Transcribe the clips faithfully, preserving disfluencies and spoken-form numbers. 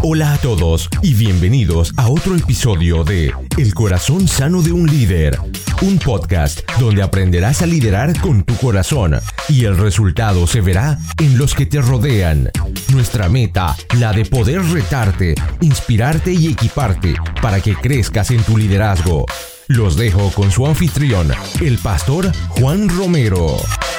Hola a todos y bienvenidos a otro episodio de El corazón sano de un líder, un podcast donde aprenderás a liderar con tu corazón y el resultado se verá en los que te rodean. Nuestra meta, la de poder retarte, inspirarte y equiparte para que crezcas en tu liderazgo. Los dejo con su anfitrión, el pastor Juan Romero.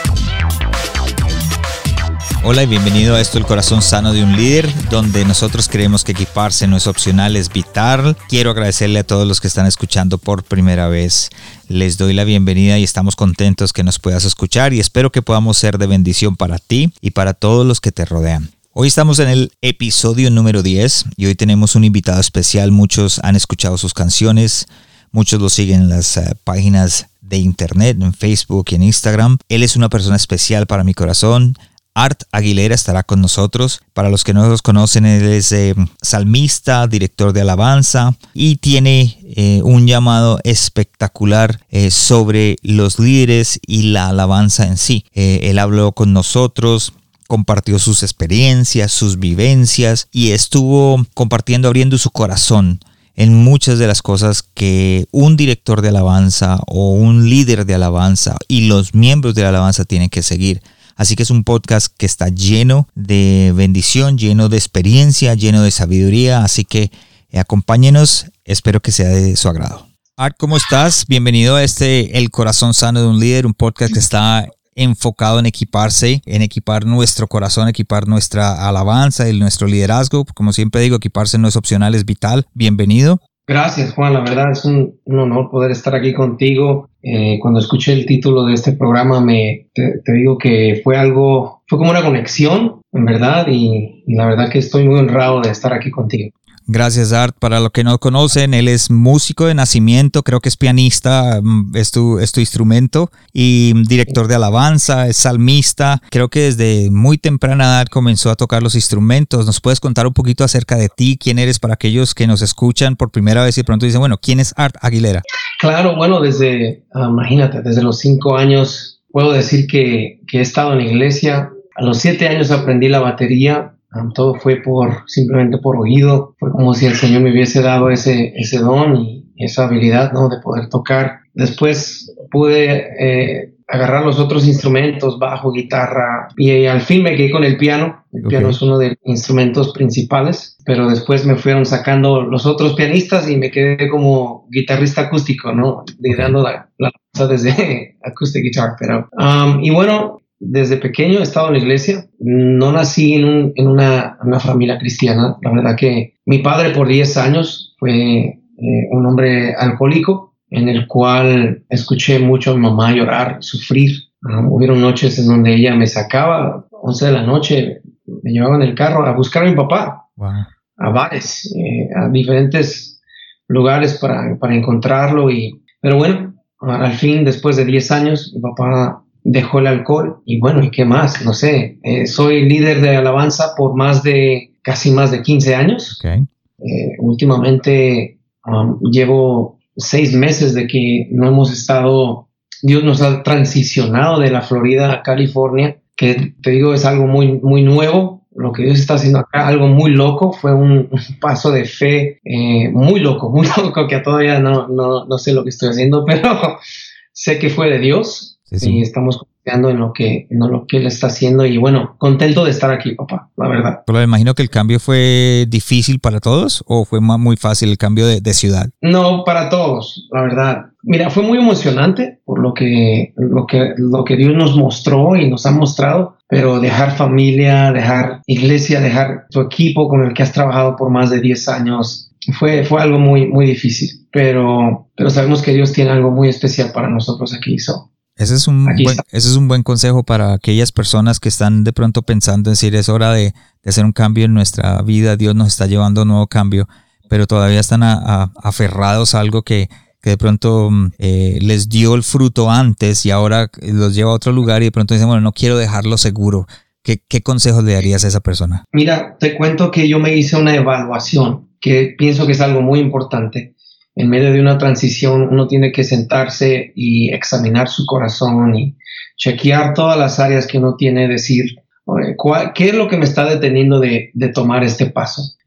Hola y bienvenido a esto, El corazón sano de un líder, donde nosotros creemos que equiparse no es opcional, es vital. Quiero agradecerle a todos los que están escuchando por primera vez. Les doy la bienvenida y estamos contentos que nos puedas escuchar y espero que podamos ser de bendición para ti y para todos los que te rodean. Hoy estamos en el episodio número diez y hoy tenemos un invitado especial. Muchos han escuchado sus canciones, muchos lo siguen en las uh, páginas de internet, en Facebook y en Instagram. Él es una persona especial para mi corazón. Art Aguilera estará con nosotros. Para los que no los conocen, él es eh, salmista, director de alabanza y tiene eh, un llamado espectacular eh, sobre los líderes y la alabanza en sí. Eh, él habló con nosotros, compartió sus experiencias, sus vivencias y estuvo compartiendo, abriendo su corazón en muchas de las cosas que un director de alabanza o un líder de alabanza y los miembros de la alabanza tienen que seguir. Así que es un podcast que está lleno de bendición, lleno de experiencia, lleno de sabiduría. Así que eh, acompáñenos, espero que sea de su agrado. Art, ¿cómo estás? Bienvenido a este El corazón sano de un líder, un podcast que está enfocado en equiparse, en equipar nuestro corazón, equipar nuestra alabanza y nuestro liderazgo. Como siempre digo, equiparse no es opcional, es vital. Bienvenido. Gracias, Juan. La verdad es un, un honor poder estar aquí contigo. Eh, cuando escuché el título de este programa, me te, te digo que fue algo, fue como una conexión, en verdad, y, y la verdad que estoy muy honrado de estar aquí contigo. Gracias, Art. Para los que no conocen, él es músico de nacimiento, creo que es pianista, es tu, es tu instrumento, y director de alabanza, es salmista. Creo que desde muy temprana edad comenzó a tocar los instrumentos. ¿Nos puedes contar un poquito acerca de ti? ¿Quién eres para aquellos que nos escuchan por primera vez y de pronto dicen, bueno, ¿quién es Art Aguilera? Claro, bueno, desde, uh, imagínate, desde los cinco años puedo decir que, que he estado en la iglesia. A los siete años aprendí la batería. Um, todo fue por simplemente por oído. Fue como si el Señor me hubiese dado ese, ese don y esa habilidad, ¿no?, de poder tocar. Después pude eh, agarrar los otros instrumentos, bajo, guitarra, y eh, al fin me quedé con el piano. El okay. piano es uno de los instrumentos principales, pero después me fueron sacando los otros pianistas y me quedé como guitarrista acústico, ¿no?, liderando okay. la, la desde acoustic guitar. Pero, um, y bueno, desde pequeño he estado en la iglesia. No nací en, un, en una, una familia cristiana. La verdad que mi padre por diez años fue eh, un hombre alcohólico, en el cual escuché mucho a mi mamá llorar, sufrir. Um, hubieron noches en donde ella me sacaba, once de la noche, me llevaba en el carro a buscar a mi papá, wow. a bares, eh, a diferentes lugares para, para encontrarlo. Y, pero bueno, al fin, después de diez años, mi papá dejó el alcohol y bueno, ¿y qué más? No sé, eh, soy líder de alabanza por más de, casi más de quince años. Okay. Eh, últimamente um, llevo seis meses de que no hemos estado, Dios nos ha transicionado de la Florida a California, que te digo es algo muy, muy nuevo. Lo que Dios está haciendo acá, algo muy loco, fue un, un paso de fe eh, muy loco, muy loco, que todavía no, no, no sé lo que estoy haciendo, pero sé que fue de Dios. Sí, sí. Y estamos confiando en lo que en lo que él está haciendo y bueno, contento de estar aquí, papá, la verdad. Pero me imagino que el cambio fue difícil para todos o fue muy fácil el cambio de, de ciudad. No, para todos, la verdad. Mira, fue muy emocionante por lo que lo que lo que Dios nos mostró y nos ha mostrado, pero dejar familia, dejar iglesia, dejar tu equipo con el que has trabajado por más de diez años fue fue algo muy muy difícil, pero pero sabemos que Dios tiene algo muy especial para nosotros aquí, so. Ese es, un buen, ese es un buen consejo para aquellas personas que están de pronto pensando en decir es hora de, de hacer un cambio en nuestra vida, Dios nos está llevando a un nuevo cambio, pero todavía están a, a, aferrados a algo que, que de pronto eh, les dio el fruto antes y ahora los lleva a otro lugar y de pronto dicen, bueno, no quiero dejarlo seguro. ¿Qué, qué consejos le darías a esa persona? Mira, te cuento que yo me hice una evaluación que pienso que es algo muy importante. En medio de una transición uno tiene que sentarse y examinar su corazón y chequear todas las áreas que uno tiene, decir, ¿cuál, ¿qué es lo que me está deteniendo de, de tomar este paso?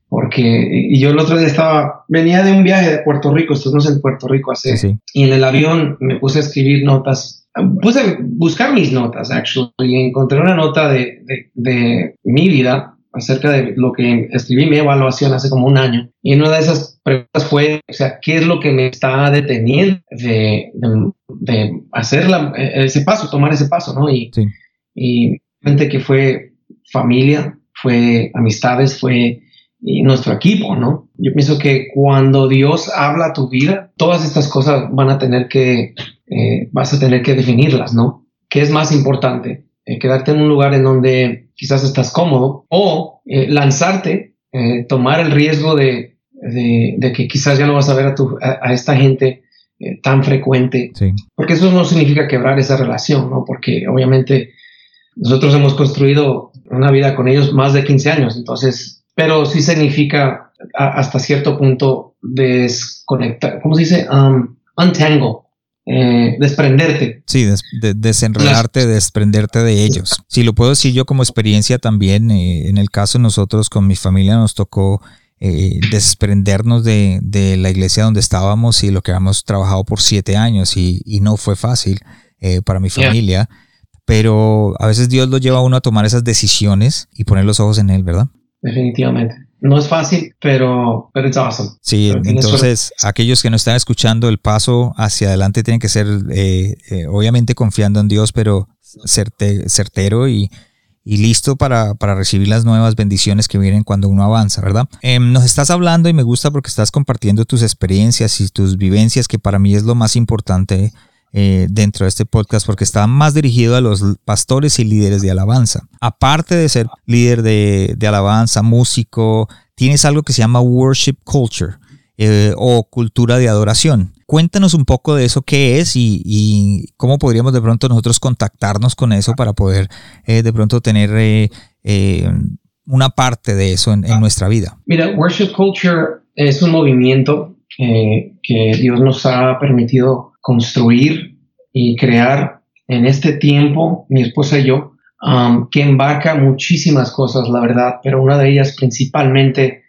porque y yo el otro día estaba, venía de un viaje de Puerto Rico, estuvimos en Puerto Rico hace, Sí, sí. y en el avión me puse a escribir notas, puse a buscar mis notas, actually, y encontré una nota de, de, de mi vida acerca de lo que escribí en mi evaluación hace como un año. Y una de esas preguntas fue, o sea, ¿qué es lo que me está deteniendo de, de, de hacer la, ese paso, tomar ese paso, ¿no? Y, Sí. y gente que fue familia, fue amistades, fue y nuestro equipo, ¿no? Yo pienso que cuando Dios habla a tu vida, todas estas cosas van a tener que, eh, vas a tener que definirlas, ¿no? ¿Qué es más importante? Eh, quedarte en un lugar en donde quizás estás cómodo o eh, lanzarte, eh, tomar el riesgo de, de, de que quizás ya no vas a ver a, tu, a, a esta gente eh, tan frecuente, Sí. porque eso no significa quebrar esa relación, ¿no? Porque obviamente nosotros hemos construido una vida con ellos más de quince años, entonces, pero sí significa a, hasta cierto punto desconectar, ¿cómo se dice? Um, untangle. Eh, desprenderte. Sí, des, de, desenredarte, Las... desprenderte de ellos. Si lo puedo decir yo como experiencia también, eh, en el caso de nosotros con mi familia nos tocó eh, desprendernos de, de la iglesia donde estábamos y lo que habíamos trabajado por siete años y, y no fue fácil eh, para mi familia, yeah. Pero a veces Dios lo lleva a uno a tomar esas decisiones y poner los ojos en Él, ¿verdad? Definitivamente. No es fácil, pero, pero it's awesome. Sí, pero entonces aquellos que nos están escuchando, el paso hacia adelante tiene que ser eh, eh, obviamente confiando en Dios, pero certe, certero y, y listo para, para recibir las nuevas bendiciones que vienen cuando uno avanza, ¿verdad? Eh, nos estás hablando y me gusta porque estás compartiendo tus experiencias y tus vivencias, que para mí es lo más importante Eh, dentro de este podcast, porque está más dirigido a los pastores y líderes de alabanza. Aparte de ser líder de, de alabanza, músico, tienes algo que se llama worship culture eh, o cultura de adoración. Cuéntanos un poco de eso, qué es y, y cómo podríamos de pronto nosotros contactarnos con eso para poder eh, de pronto tener eh, eh, una parte de eso en, en nuestra vida. Mira, worship culture es un movimiento eh, que Dios nos ha permitido construir y crear en este tiempo, mi esposa y yo, um, que embarca muchísimas cosas, la verdad, pero una de ellas principalmente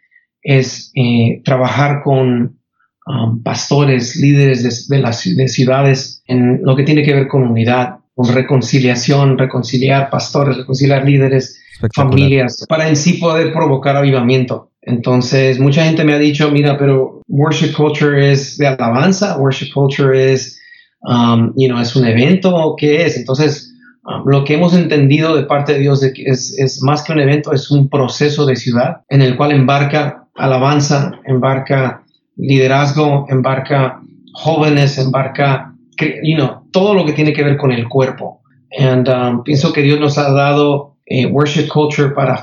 es eh, trabajar con um, pastores, líderes de, de las de ciudades en lo que tiene que ver con unidad, con reconciliación, reconciliar pastores, reconciliar líderes, familias, para en sí poder provocar avivamiento. Entonces, mucha gente me ha dicho, mira, pero worship culture es de alabanza, worship culture es, um, you know, es un evento, ¿qué es? Entonces, um, lo que hemos entendido de parte de Dios de que es, es más que un evento, es un proceso de ciudad en el cual embarca alabanza, embarca liderazgo, embarca jóvenes, embarca, you know, todo lo que tiene que ver con el cuerpo. And um, pienso que Dios nos ha dado eh, worship culture para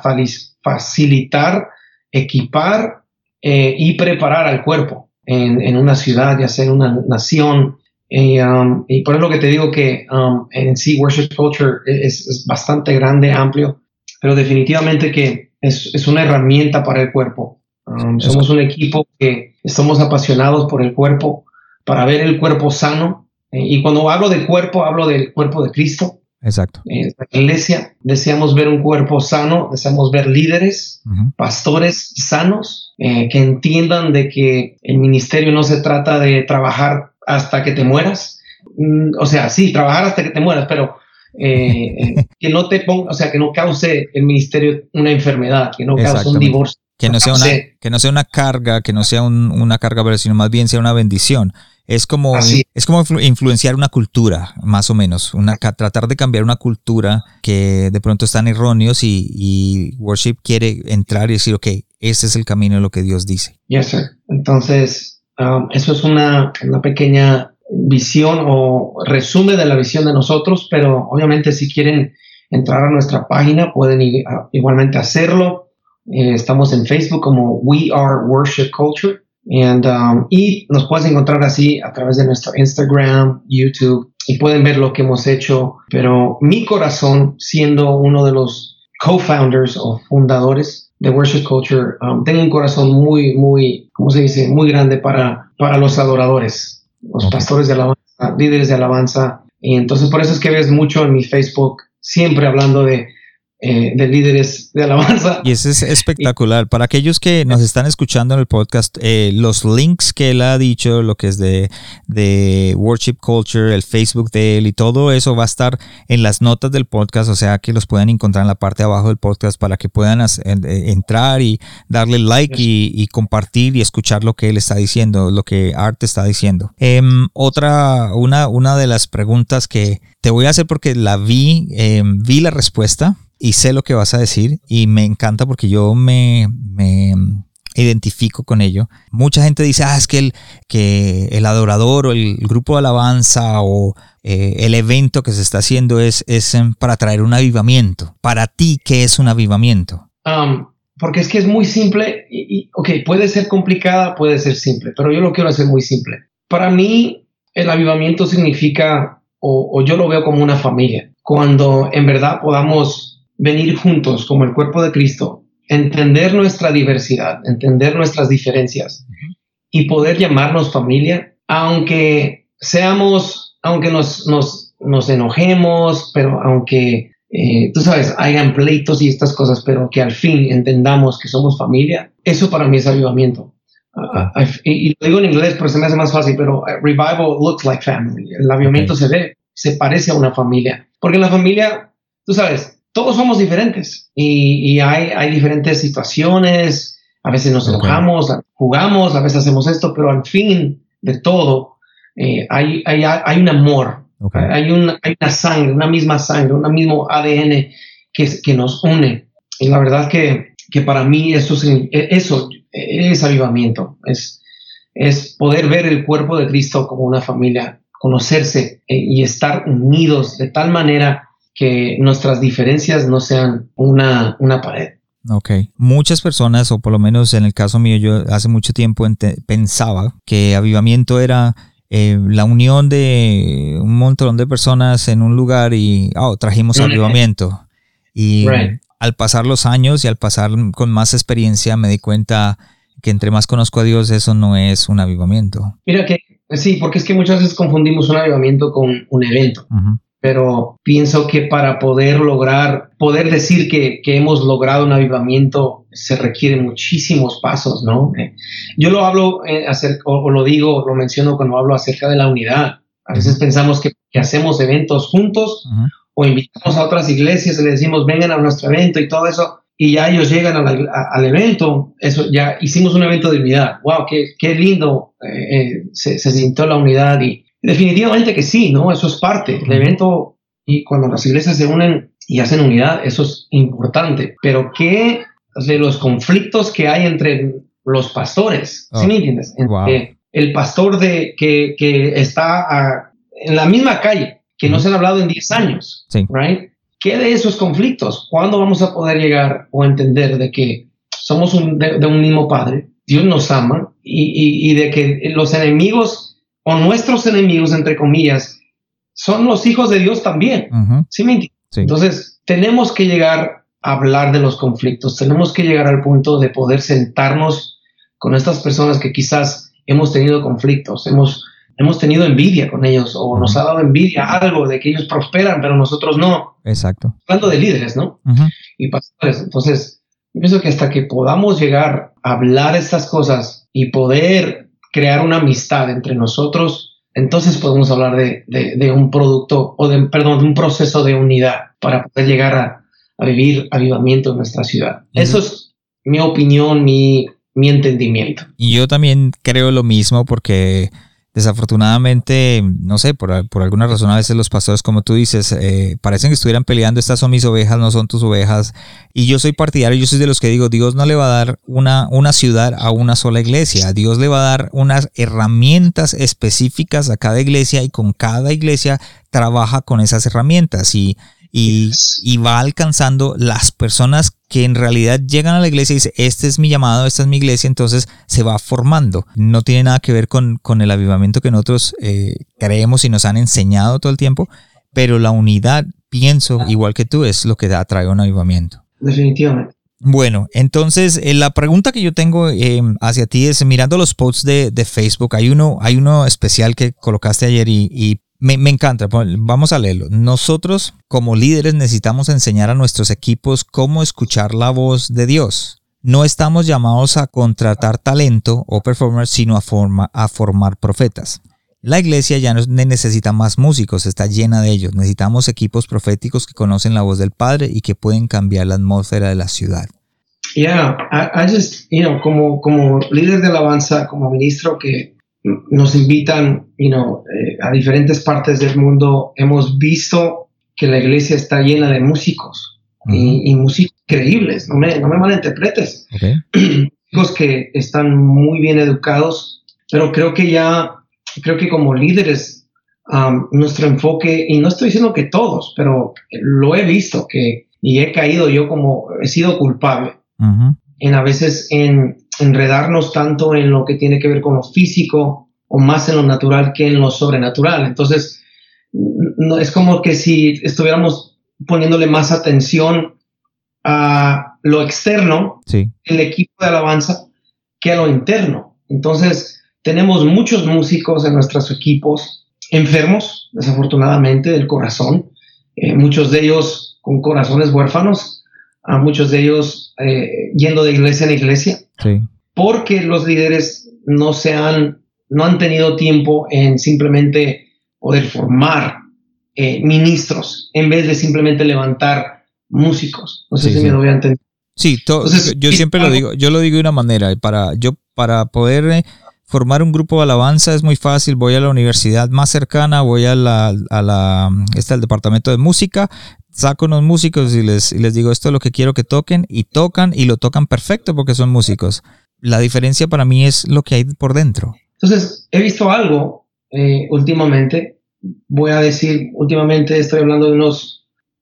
facilitar, equipar eh, y preparar al cuerpo en, en una ciudad, ya sea en una nación. Y, um, y por eso lo que te digo que um, en sí worship culture es, es bastante grande, amplio, pero definitivamente que es, es una herramienta para el cuerpo. Um, somos un equipo que estamos apasionados por el cuerpo, para ver el cuerpo sano. Eh, y cuando hablo de cuerpo, hablo del cuerpo de Cristo. Exacto. En la iglesia deseamos ver un cuerpo sano, deseamos ver líderes, uh-huh. pastores sanos, eh, que entiendan de que el ministerio no se trata de trabajar hasta que te mueras. Mm, o sea, sí, trabajar hasta que te mueras, pero eh, eh, que no te ponga, o sea, que no cause el ministerio una enfermedad, que no cause un divorcio. Que no sea una, que no sea una carga, que no sea un, una carga, pero sino más bien sea una bendición. Es como, es como influenciar una cultura, más o menos, una, tratar de cambiar una cultura que de pronto están erróneos y, y worship quiere entrar y decir, ok, ese es el camino de lo que Dios dice. Yes, sir. Entonces, um, eso es una, una pequeña visión o resumen de la visión de nosotros, pero obviamente si quieren entrar a nuestra página pueden ir a, igualmente hacerlo. Eh, estamos en Facebook como We Are Worship Culture. And, um, y nos puedes encontrar así a través de nuestro Instagram, YouTube, y pueden ver lo que hemos hecho. Pero mi corazón, siendo uno de los co-founders o fundadores de Worship Culture, um, tengo un corazón muy, muy, ¿cómo se dice? Muy grande para, para los adoradores, los okay. pastores de alabanza, líderes de alabanza. Y entonces por eso es que ves mucho en mi Facebook, siempre hablando de eh, de líderes de alabanza. Y eso es espectacular. Para aquellos que nos están escuchando en el podcast, eh, los links que él ha dicho, lo que es de, de Worship Culture, el Facebook de él y todo eso va a estar en las notas del podcast, o sea que los pueden encontrar en la parte de abajo del podcast para que puedan hacer, eh, entrar y darle like y, y compartir y escuchar lo que él está diciendo, lo que Art está diciendo. Eh, otra, una, una de las preguntas que te voy a hacer porque la vi, eh, vi la respuesta y sé lo que vas a decir y me encanta porque yo me, me identifico con ello. Mucha gente dice, ah, es que el, que el adorador o el grupo de alabanza o eh, el evento que se está haciendo es, es para traer un avivamiento. Para ti, ¿qué es un avivamiento? Um, porque es que es muy simple y, y, ok, puede ser complicada, puede ser simple, pero yo lo quiero hacer muy simple. Para mí, el avivamiento significa, o, o yo lo veo como una familia, cuando en verdad podamos venir juntos como el cuerpo de Cristo, entender nuestra diversidad, entender nuestras diferencias uh-huh. y poder llamarnos familia, aunque seamos, aunque nos, nos, nos enojemos, pero aunque, eh, tú sabes, hayan pleitos y estas cosas, pero que al fin entendamos que somos familia, eso para mí es avivamiento. Uh, y, y lo digo en inglés, pero se me hace más fácil, pero uh, revival looks like family. El avivamiento okay. se ve, se parece a una familia, porque en la familia, tú sabes, todos somos diferentes y, y hay, hay diferentes situaciones, a veces nos enojamos, okay. jugamos, a veces hacemos esto, pero al fin de todo eh, hay, hay, hay un amor, okay. hay, una, hay una sangre, una misma sangre, un mismo A D N que, que nos une. Y la verdad que, que para mí eso, eso es avivamiento, es, es poder ver el cuerpo de Cristo como una familia, conocerse eh, y estar unidos de tal manera que nuestras diferencias no sean una, una pared. Ok. Muchas personas, o por lo menos en el caso mío, yo hace mucho tiempo ente- pensaba que avivamiento era eh, la unión de un montón de personas en un lugar y oh, trajimos avivamiento. Y right. al pasar los años y al pasar con más experiencia me di cuenta que entre más conozco a Dios, eso no es un avivamiento. Mira que sí, porque es que muchas veces confundimos un avivamiento con un evento. Uh-huh. Pero pienso que para poder lograr, poder decir que, que hemos logrado un avivamiento se requieren muchísimos pasos, ¿no? Eh, yo lo hablo, eh, acerca, o, o lo digo, lo menciono cuando hablo acerca de la unidad. A veces uh-huh. pensamos que, que hacemos eventos juntos uh-huh. o invitamos a otras iglesias y les decimos vengan a nuestro evento y todo eso y ya ellos llegan a la, a, al evento, eso ya hicimos un evento de unidad. ¡Wow! ¡Qué, qué lindo! Eh, eh, se, se sintió la unidad y definitivamente que sí, ¿no? Eso es parte del evento y cuando las iglesias se unen y hacen unidad, eso es importante. Pero ¿qué de los conflictos que hay entre los pastores? Oh, ¿Sí me entiendes? Entre wow. el pastor de, que, que está a, en la misma calle, que mm. no se han hablado en diez años, sí. ¿right? ¿Qué de esos conflictos? ¿Cuándo vamos a poder llegar o entender de que somos un, de, de un mismo Padre? Dios nos ama y, y, y de que los enemigos o nuestros enemigos, entre comillas, son los hijos de Dios también. Uh-huh. ¿Sí me entiendes? Sí. Entonces, tenemos que llegar a hablar de los conflictos. Tenemos que llegar al punto de poder sentarnos con estas personas que quizás hemos tenido conflictos, hemos, hemos tenido envidia con ellos o uh-huh. nos ha dado envidia algo de que ellos prosperan, pero nosotros no. Exacto. Hablando de líderes, ¿no? Uh-huh. Y pastores. Entonces, yo pienso que hasta que podamos llegar a hablar estas cosas y poder crear una amistad entre nosotros, entonces podemos hablar de, de, de un producto, o de, perdón, de un proceso de unidad para poder llegar a, a vivir avivamiento en nuestra ciudad. Uh-huh. Eso es mi opinión, mi, mi entendimiento. Y yo también creo lo mismo porque desafortunadamente, no sé, por, por alguna razón a veces los pastores, como tú dices, eh, parecen que estuvieran peleando, estas son mis ovejas, no son tus ovejas. Y yo soy partidario, yo soy de los que digo, Dios no le va a dar una, una ciudad a una sola iglesia. Dios le va a dar unas herramientas específicas a cada iglesia y con cada iglesia trabaja con esas herramientas y, y, y va alcanzando las personas que en realidad llegan a la iglesia y dicen, este es mi llamado, esta es mi iglesia, entonces se va formando. No tiene nada que ver con, con el avivamiento que nosotros eh, creemos y nos han enseñado todo el tiempo, pero la unidad, pienso, igual que tú, es lo que atrae un avivamiento. Definitivamente. Bueno, entonces eh, la pregunta que yo tengo eh, hacia ti es, mirando los posts de, de Facebook, hay uno, hay uno especial que colocaste ayer y, y Me, me encanta, vamos a leerlo. Nosotros como líderes necesitamos enseñar a nuestros equipos cómo escuchar la voz de Dios. No estamos llamados a contratar talento o performers, sino a, forma, a formar profetas. La iglesia ya no necesita más músicos, está llena de ellos. Necesitamos equipos proféticos que conocen la voz del Padre y que pueden cambiar la atmósfera de la ciudad. Yeah, I, I just, you know, como, como líder de alabanza, como ministro que nos invitan, you know, eh, a diferentes partes del mundo, hemos visto que la iglesia está llena de músicos uh-huh. y, y músicos increíbles, no me, no me malinterpretes. Okay. Músicos que están muy bien educados, pero creo que ya, creo que como líderes, um, nuestro enfoque, y no estoy diciendo que todos, pero lo he visto que, y he caído yo como, he sido culpable. Uh-huh. En a veces en enredarnos tanto en lo que tiene que ver con lo físico o más en lo natural que en lo sobrenatural. Entonces, no, es como que si estuviéramos poniéndole más atención a lo externo, sí. el equipo de alabanza, que a lo interno. Entonces, tenemos muchos músicos en nuestros equipos enfermos, desafortunadamente, del corazón, eh, muchos de ellos con corazones huérfanos, a muchos de ellos eh, yendo de iglesia en iglesia, sí. porque los líderes no se han, no han tenido tiempo en simplemente poder formar eh, ministros en vez de simplemente levantar músicos. No sé sí, si sí. me lo voy a entender. Sí, to- Entonces, yo siempre lo digo, yo lo digo de una manera, para, yo, para poder eh, formar un grupo de alabanza es muy fácil. Voy a la universidad más cercana, voy a la, a la, está el departamento de música, saco unos músicos y les, y les digo esto es lo que quiero que toquen, y tocan y lo tocan perfecto porque son músicos. La diferencia para mí es lo que hay por dentro. Entonces, he visto algo eh, últimamente, voy a decir, últimamente estoy hablando de unos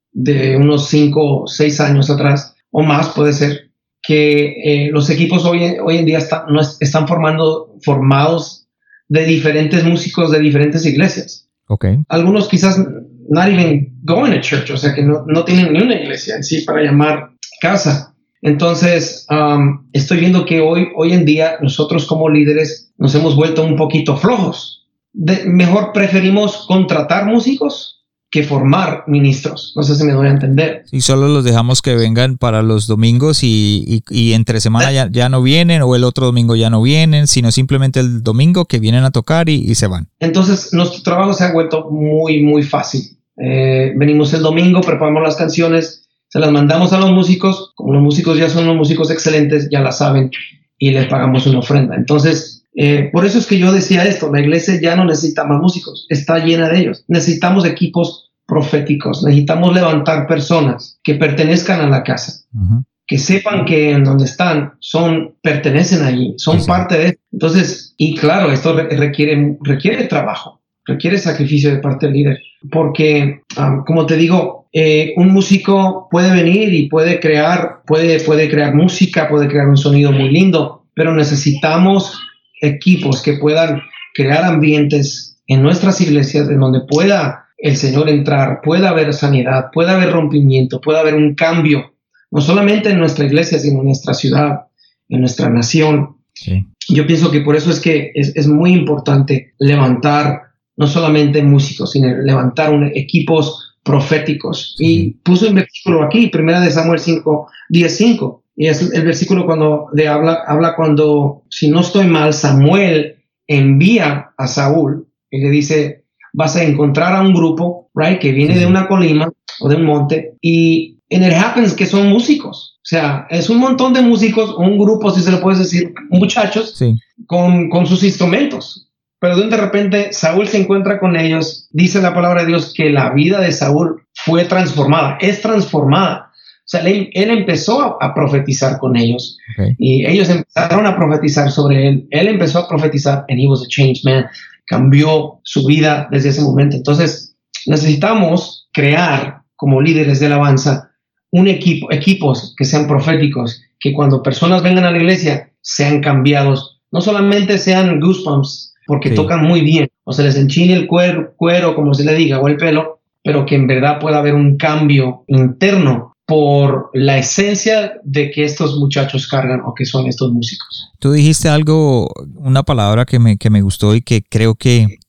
de unos cinco o seis años atrás, o más puede ser, que eh, los equipos hoy, hoy en día están, no es, están formando, formados de diferentes músicos de diferentes iglesias. Okay. Algunos quizás not even going to church, o sea que no, no tienen ni una iglesia en sí para llamar casa. Entonces, um, estoy viendo que hoy, hoy en día nosotros como líderes nos hemos vuelto un poquito flojos. De, mejor preferimos contratar músicos que formar ministros. No sé si me doy a entender. Y solo los dejamos que vengan para los domingos y, y, y entre semana ya, ya no vienen, o el otro domingo ya no vienen, sino simplemente el domingo que vienen a tocar y, y se van. Entonces, nuestro trabajo se ha vuelto muy, muy fácil. Eh, venimos el domingo, preparamos las canciones, se las mandamos a los músicos. Como los músicos ya son los músicos excelentes, ya la saben, y les pagamos una ofrenda. Entonces, eh, por eso es que yo decía esto, la iglesia ya no necesita más músicos, está llena de ellos. Necesitamos equipos proféticos, necesitamos levantar personas que pertenezcan a la casa, uh-huh. que sepan que en donde están, son, pertenecen allí, son sí, parte sí. de esto. Entonces, y claro, esto requiere, requiere trabajo, requiere sacrificio de parte del líder, porque, um, como te digo, eh, un músico puede venir y puede crear, puede, puede crear música, puede crear un sonido muy lindo, pero necesitamos equipos que puedan crear ambientes en nuestras iglesias en donde pueda el Señor entrar, pueda haber sanidad, pueda haber rompimiento, pueda haber un cambio, no solamente en nuestra iglesia, sino en nuestra ciudad, en nuestra nación. Sí. Yo pienso que por eso es que es, es muy importante levantar no solamente músicos, sino levantar un, equipos proféticos. Sí. Y puso un versículo aquí, primera de Samuel cinco, diez, cinco, y es el versículo cuando de habla, habla cuando, si no estoy mal, Samuel envía a Saúl y le dice, vas a encontrar a un grupo, right, que viene sí. de una colina o de un monte, y and it happens que son músicos. O sea, es un montón de músicos, un grupo, si se lo puedes decir, muchachos, sí. con, con sus instrumentos. Pero de repente Saúl se encuentra con ellos, dice la palabra de Dios que la vida de Saúl fue transformada, es transformada. O sea, él, él empezó a, a profetizar con ellos, okay. y ellos empezaron a profetizar sobre él. Él empezó a profetizar, and he was a changed man. Cambió su vida desde ese momento. Entonces, necesitamos crear como líderes de alabanza un equipo, equipos que sean proféticos, que cuando personas vengan a la iglesia sean cambiados, no solamente sean goosebumps, porque sí. tocan muy bien, o se les enchine el cuero, cuero, como se le diga, o el pelo, pero que en verdad pueda haber un cambio interno por la esencia de que estos muchachos cargan o que son estos músicos. Tú dijiste algo, una palabra que me, que me gustó y que creo que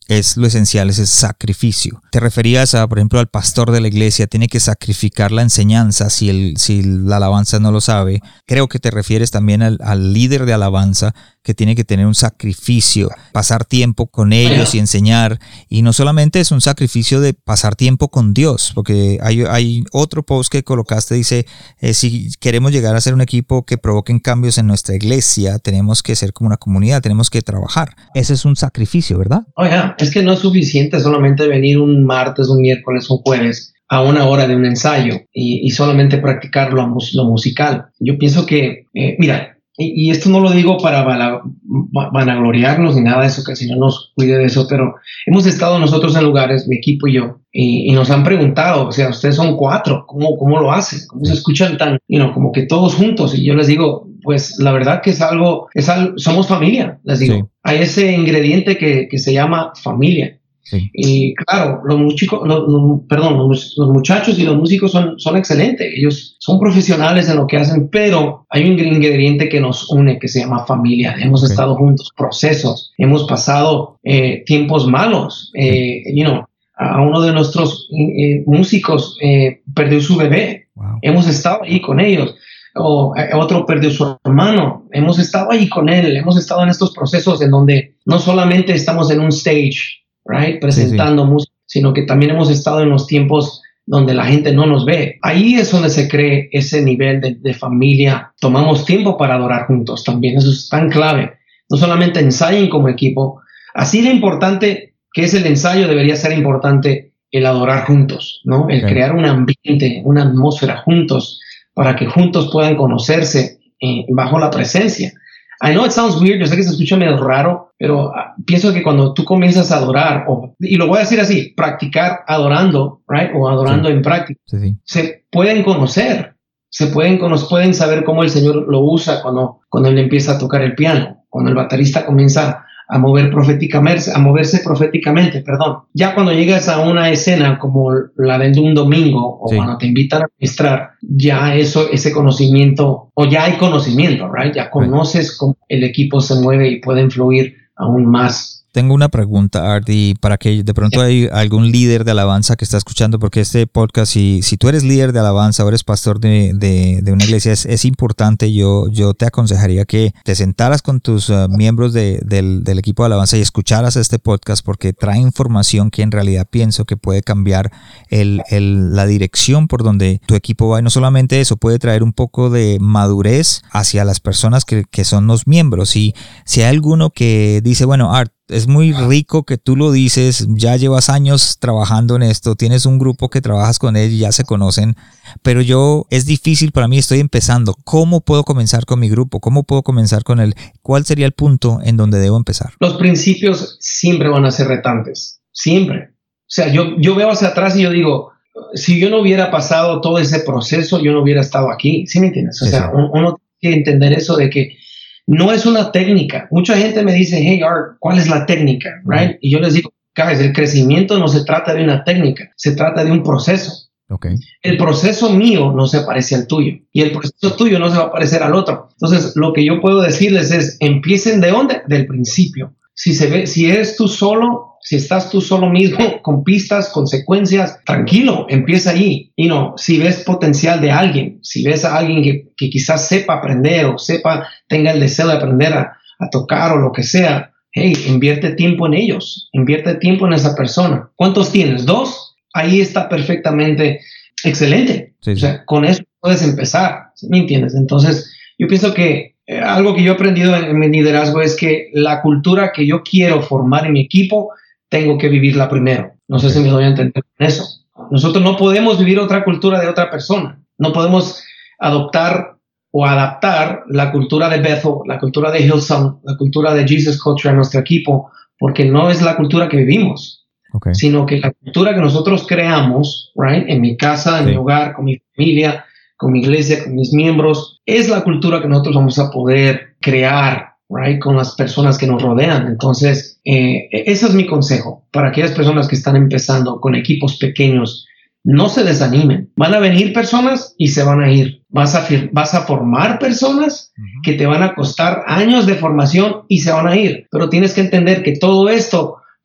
es lo esencial, es el sacrificio. Te referías a, por ejemplo, al pastor de la iglesia, tiene que sacrificar la enseñanza si, el, si la alabanza no lo sabe. Creo que te refieres también al, al líder de alabanza, que tiene que tener un sacrificio, pasar tiempo con ellos y enseñar. Y no solamente es un sacrificio de pasar tiempo con Dios, porque hay, hay otro post que colocaste, dice, eh, si queremos llegar a ser un equipo que provoquen cambios en nuestra iglesia, tenemos que ser como una comunidad, tenemos que trabajar. Ese es un sacrificio, ¿verdad? Oiga, es que no es suficiente solamente venir un martes, un miércoles, un jueves a una hora de un ensayo y, y solamente practicar lo, lo musical. Yo pienso que, eh, mira, Y, y esto no lo digo para vanagloriarnos ni nada de eso, que si no nos cuide de eso, pero hemos estado nosotros en lugares, mi equipo y yo, y, y nos han preguntado, o sea, ustedes son cuatro, ¿cómo, cómo lo hacen? ¿Cómo se escuchan tan, you know, como que todos juntos? Y yo les digo, pues la verdad que es algo, es algo somos familia, les digo. Sí. Hay ese ingrediente que, que se llama familia. Sí. Y claro, los, músicos, los, los, perdón, los, los muchachos y los músicos son, son excelentes, ellos son profesionales en lo que hacen, pero hay un ingrediente que nos une que se llama familia. Hemos okay. estado juntos, procesos, hemos pasado eh, tiempos malos. Eh, you know, a uno de nuestros eh, músicos eh, perdió su bebé, wow. Hemos estado ahí con ellos. O otro perdió su hermano, hemos estado ahí con él, hemos estado en estos procesos en donde no solamente estamos en un stage, right, presentando sí, sí. música, sino que también hemos estado en los tiempos donde la gente no nos ve. Ahí es donde se cree ese nivel de, de familia. Tomamos tiempo para adorar juntos también, eso es tan clave. No solamente ensayen como equipo, así de importante que es el ensayo, debería ser importante el adorar juntos, ¿no? El okay. crear un ambiente, una atmósfera juntos, para que juntos puedan conocerse eh, bajo la presencia. I know it sounds weird, yo sé que se escucha medio raro, pero uh, pienso que cuando tú comienzas a adorar, o, y lo voy a decir así, practicar adorando, right, o adorando sí. en práctica, sí, sí. se pueden conocer, se pueden conocer, pueden saber cómo el Señor lo usa cuando, cuando Él empieza a tocar el piano, cuando el baterista comienza a mover proféticamente, a moverse proféticamente, perdón. Ya cuando llegas a una escena como la de un domingo o sí. cuando te invitan a ministrar, ya eso, ese conocimiento, o ya hay conocimiento, right? Ya conoces right. cómo el equipo se mueve y pueden fluir aún más. Tengo una pregunta, Ardy, para que de pronto hay algún líder de alabanza que está escuchando, porque este podcast, si, si tú eres líder de alabanza o eres pastor de, de, de una iglesia, es, es importante, yo, yo te aconsejaría que te sentaras con tus uh, miembros de, del, del equipo de alabanza y escucharas este podcast, porque trae información que en realidad pienso que puede cambiar el, el, la dirección por donde tu equipo va. Y no solamente eso, puede traer un poco de madurez hacia las personas que, que son los miembros. Y si hay alguno que dice, bueno, Art, es muy rico que tú lo dices, ya llevas años trabajando en esto, tienes un grupo que trabajas con él y ya se conocen, pero yo, es difícil para mí, estoy empezando. ¿Cómo puedo comenzar con mi grupo? ¿Cómo puedo comenzar con él? ¿Cuál sería el punto en donde debo empezar? Los principios siempre van a ser retantes, siempre. O sea, yo, yo veo hacia atrás y yo digo, si yo no hubiera pasado todo ese proceso, yo no hubiera estado aquí, ¿sí me entiendes? O sea, uno, uno tiene que entender eso de que no es una técnica. Mucha gente me dice, hey, Art, ¿cuál es la técnica? Right? Y yo les digo, guys, el crecimiento no se trata de una técnica, se trata de un proceso. Okay. El proceso mío no se parece al tuyo y el proceso tuyo no se va a parecer al otro. Entonces, lo que yo puedo decirles es, empiecen de dónde? Del principio. Si se ve, si eres tú solo, si estás tú solo mismo, con pistas, consecuencias, tranquilo, empieza allí. Y no, si ves potencial de alguien, si ves a alguien que, que quizás sepa aprender o sepa, tenga el deseo de aprender a, a tocar o lo que sea, hey, invierte tiempo en ellos, invierte tiempo en esa persona. ¿Cuántos tienes? ¿Dos? Ahí está perfectamente excelente. Sí, sí. O sea, con eso puedes empezar, ¿sí me entiendes? Entonces, yo pienso que Eh, algo que yo he aprendido en, en mi liderazgo es que la cultura que yo quiero formar en mi equipo, tengo que vivirla primero. No sé si me doy a entender con eso. Nosotros no podemos vivir otra cultura de otra persona. No podemos adoptar o adaptar la cultura de Bethel, la cultura de Hillsong, la cultura de Jesus Culture a nuestro equipo, porque no es la cultura que vivimos, okay. sino que la cultura que nosotros creamos, right, en mi casa, en sí. mi hogar, con mi familia, con mi iglesia, con mis miembros, es la cultura que nosotros vamos a poder crear, right, con las personas que nos rodean. Entonces, eh, ese es mi consejo para aquellas personas que están empezando con equipos pequeños. No se desanimen. Van a venir personas y se van a ir. Vas a, vas a formar personas uh-huh. que te van a costar años de formación y se van a ir. Pero tienes que entender que todo esto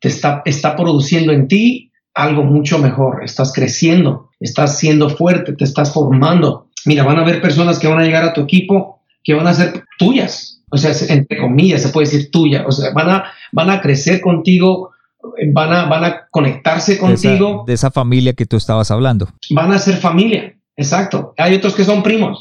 te está, está produciendo en ti algo mucho mejor. Estás creciendo, estás siendo fuerte, te estás formando. Mira, van a haber personas que van a llegar a tu equipo que van a ser tuyas, o sea, entre comillas se puede decir tuya, o sea, van a, van a crecer contigo, van a, van a conectarse contigo. De esa, de esa familia que tú estabas hablando. Van a ser familia, exacto. Hay otros que son primos,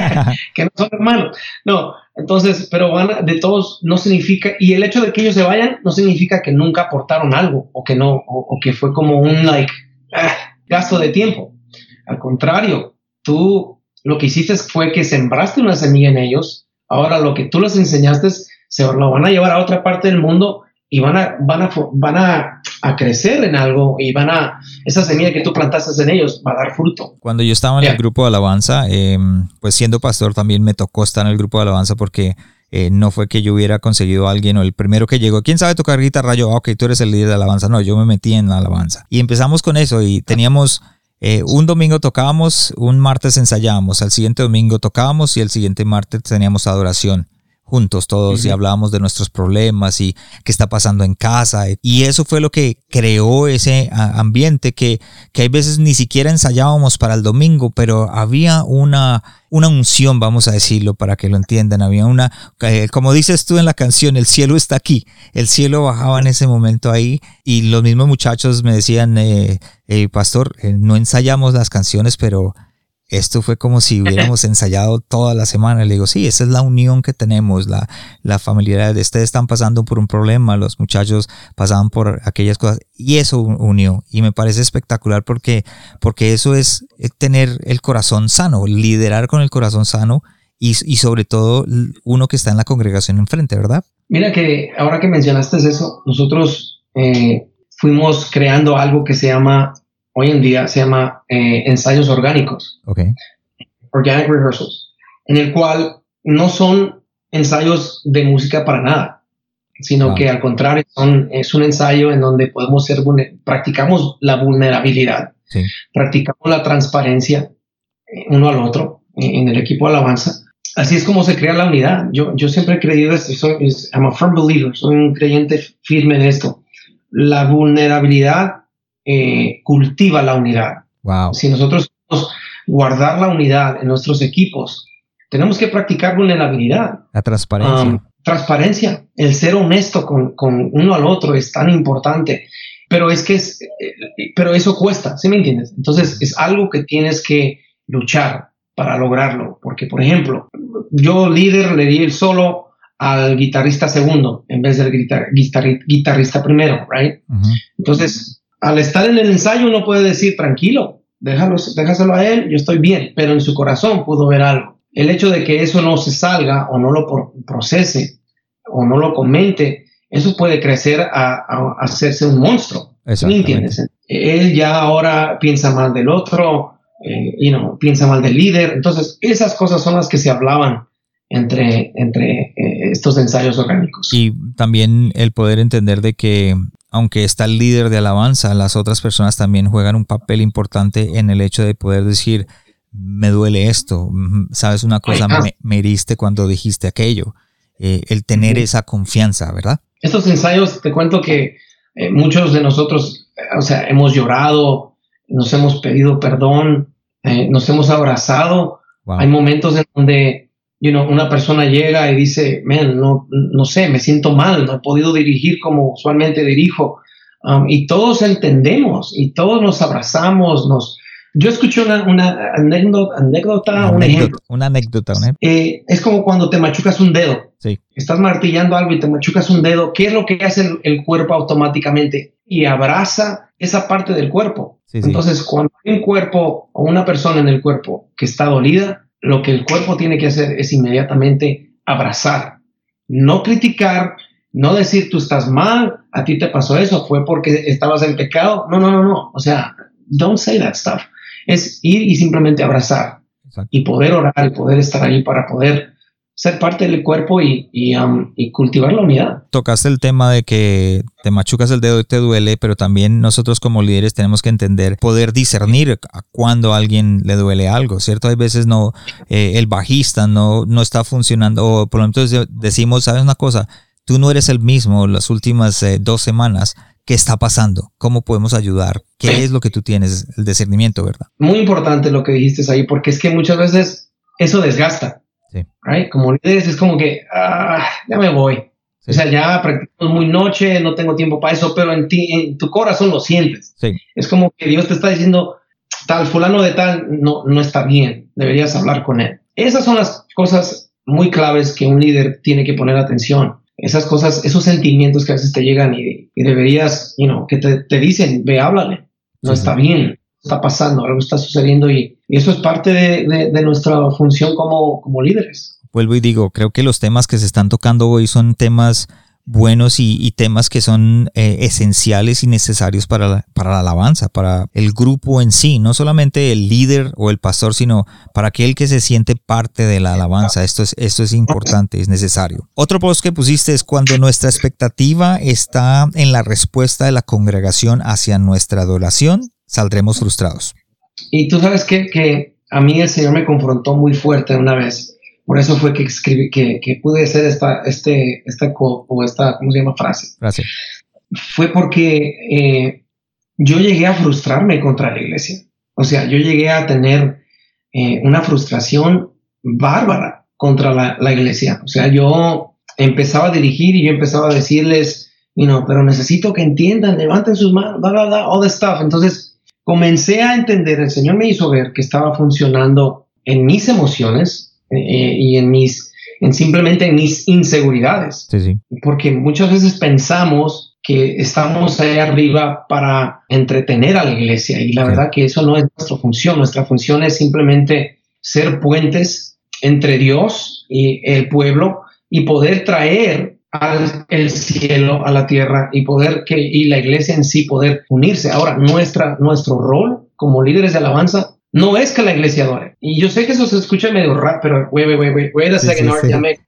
que no son hermanos. No, entonces, pero van a, de todos no significa, y el hecho de que ellos se vayan no significa que nunca aportaron algo o que no, o, o que fue como un like, ah, gasto de tiempo. Al contrario, tú lo que hiciste fue que sembraste una semilla en ellos. Ahora lo que tú les enseñaste se lo van a llevar a otra parte del mundo y van a, van a, van a, a crecer en algo y van a, esa semilla que tú plantaste en ellos va a dar fruto. Cuando yo estaba en yeah. el grupo de alabanza, eh, pues siendo pastor también me tocó estar en el grupo de alabanza porque eh, no fue que yo hubiera conseguido a alguien o el primero que llegó, ¿quién sabe tocar guitarra? Yo, ok, tú eres el líder de alabanza. No, yo me metí en la alabanza. Y empezamos con eso y teníamos... Eh, un domingo tocábamos, un martes ensayábamos, al siguiente domingo tocábamos y el siguiente martes teníamos adoración juntos todos uh-huh. y hablábamos de nuestros problemas y qué está pasando en casa. Y eso fue lo que creó ese ambiente que, que hay veces ni siquiera ensayábamos para el domingo, pero había una, una unción, vamos a decirlo para que lo entiendan. Había una, eh, como dices tú en la canción, el cielo está aquí. El cielo bajaba en ese momento ahí y los mismos muchachos me decían, eh, eh, pastor, eh, no ensayamos las canciones, pero... esto fue como si hubiéramos ensayado toda la semana. Le digo, sí, esa es la unión que tenemos, la, la familiaridad. Ustedes están pasando por un problema, los muchachos pasaban por aquellas cosas y eso unió. Y me parece espectacular porque, porque eso es tener el corazón sano, liderar con el corazón sano y, y sobre todo uno que está en la congregación enfrente, ¿verdad? Mira que ahora que mencionaste eso, nosotros eh, fuimos creando algo que se llama... hoy en día se llama eh, ensayos orgánicos, okay. Organic rehearsals, en el cual no son ensayos de música para nada, sino wow. que al contrario son, es un ensayo en donde podemos ser, practicamos la vulnerabilidad, sí. practicamos la transparencia eh, uno al otro eh, en el equipo de alabanza. Así es como se crea la unidad. Yo, yo siempre he creído esto, soy, I'm a firm believer, soy un creyente firme en esto. La vulnerabilidad Eh, cultiva la unidad. Wow. Si nosotros queremos guardar la unidad en nuestros equipos, tenemos que practicar vulnerabilidad. La transparencia. Um, transparencia. El ser honesto con, con uno al otro es tan importante. Pero es que es, eh, pero eso cuesta, ¿sí me entiendes? Entonces es algo que tienes que luchar para lograrlo. Porque, por ejemplo, yo líder le di el solo al guitarrista segundo en vez del guitar, guitar, guitarrista primero, right? Uh-huh. Entonces, al estar en el ensayo uno puede decir, tranquilo, déjalo, déjaselo a él, yo estoy bien, pero en su corazón pudo ver algo. El hecho de que eso no se salga o no lo procese o no lo comente, eso puede crecer a, a hacerse un monstruo. ¿Me entiendes? Él ya ahora piensa mal del otro, eh, you know, piensa mal del líder. Entonces, esas cosas son las que se hablaban entre, entre eh, estos ensayos orgánicos. Y también el poder entender de que aunque está el líder de alabanza, las otras personas también juegan un papel importante en el hecho de poder decir, me duele esto, sabes una cosa, me, me heriste cuando dijiste aquello. Eh, el tener uh-huh. esa confianza, ¿verdad? Estos ensayos, te cuento que eh, muchos de nosotros, eh, o sea, hemos llorado, nos hemos pedido perdón, eh, nos hemos abrazado. Wow. Hay momentos en donde You know, una persona llega y dice, man, no, no sé, me siento mal, no he podido dirigir como usualmente dirijo. Um, y todos entendemos y todos nos abrazamos. Nos... Yo escuché una, una anécdota, anécdota una un anécdota, ejemplo. Una anécdota, ¿no? Eh, es como cuando te machucas un dedo. Sí. Estás martillando algo y te machucas un dedo. ¿Qué es lo que hace el, el cuerpo automáticamente? Y abraza esa parte del cuerpo. Sí, Entonces, sí. cuando hay un cuerpo o una persona en el cuerpo que está dolida, lo que el cuerpo tiene que hacer es inmediatamente abrazar, no criticar, no decir tú estás mal, a ti te pasó eso, fue porque estabas en pecado. No, no, no, no. O sea, don't say that stuff. Es ir y simplemente abrazar. Exacto. Y poder orar y poder estar ahí para poder ser parte del cuerpo y, y, um, y cultivar la unidad. Tocaste el tema de que te machucas el dedo y te duele, pero también nosotros como líderes tenemos que entender, poder discernir a cuando a alguien le duele algo, ¿cierto? Hay veces no, eh, el bajista no, no está funcionando, o por lo menos decimos, ¿sabes una cosa? Tú no eres el mismo las últimas eh, dos semanas ¿qué está pasando? ¿Cómo podemos ayudar? ¿Qué Sí. es lo que tú tienes? El discernimiento, ¿verdad? Muy importante lo que dijiste ahí, porque es que muchas veces eso desgasta, Sí. right? Como líderes es como que, ah, ya me voy. Sí. O sea, ya practicamos muy noche, no tengo tiempo para eso, pero en ti, en tu corazón lo sientes. Sí. Es como que Dios te está diciendo, tal fulano de tal no, no está bien, deberías hablar con él. Esas son las cosas muy claves que un líder tiene que poner atención. Esas cosas, esos sentimientos que a veces te llegan y, y deberías, you know, que te, te dicen, ve, háblale, no Sí, está sí. bien, está pasando, algo está sucediendo y, y eso es parte de, de, de nuestra función como, como líderes. Vuelvo y digo, creo que los temas que se están tocando hoy son temas buenos y, y temas que son eh, esenciales y necesarios para la, para la alabanza, para el grupo en sí, no solamente el líder o el pastor, sino para aquel que se siente parte de la alabanza. Esto es, esto es importante, es necesario. Otro post que pusiste es cuando nuestra expectativa está en la respuesta de la congregación hacia nuestra adoración, saldremos frustrados. Y tú sabes que, que a mí el Señor me confrontó muy fuerte una vez. Por eso fue que escribí, que, que pude hacer esta, este, esta, o esta, ¿cómo se llama? Frase. Gracias. Fue porque eh, yo llegué a frustrarme contra la iglesia. O sea, yo llegué a tener eh, una frustración bárbara contra la, la iglesia. O sea, yo empezaba a dirigir y yo empezaba a decirles, you know, pero necesito que entiendan, levanten sus manos, bla, bla, bla, all this stuff. Entonces, comencé a entender, el Señor me hizo ver que estaba funcionando en mis emociones, Eh, y en mis, en simplemente en mis inseguridades. Sí, sí. Porque muchas veces pensamos que estamos ahí arriba para entretener a la iglesia y la Sí. verdad que eso no es nuestra función. Nuestra función es simplemente ser puentes entre Dios y el pueblo y poder traer al el cielo a la tierra y poder que y la iglesia en sí poder unirse. Ahora, nuestra, nuestro rol como líderes de alabanza no es que la iglesia adore. Y yo sé que eso se escucha medio raro, pero wait, wait, wait, wait, wait a Sí, second, sí, Art, sí. ya me-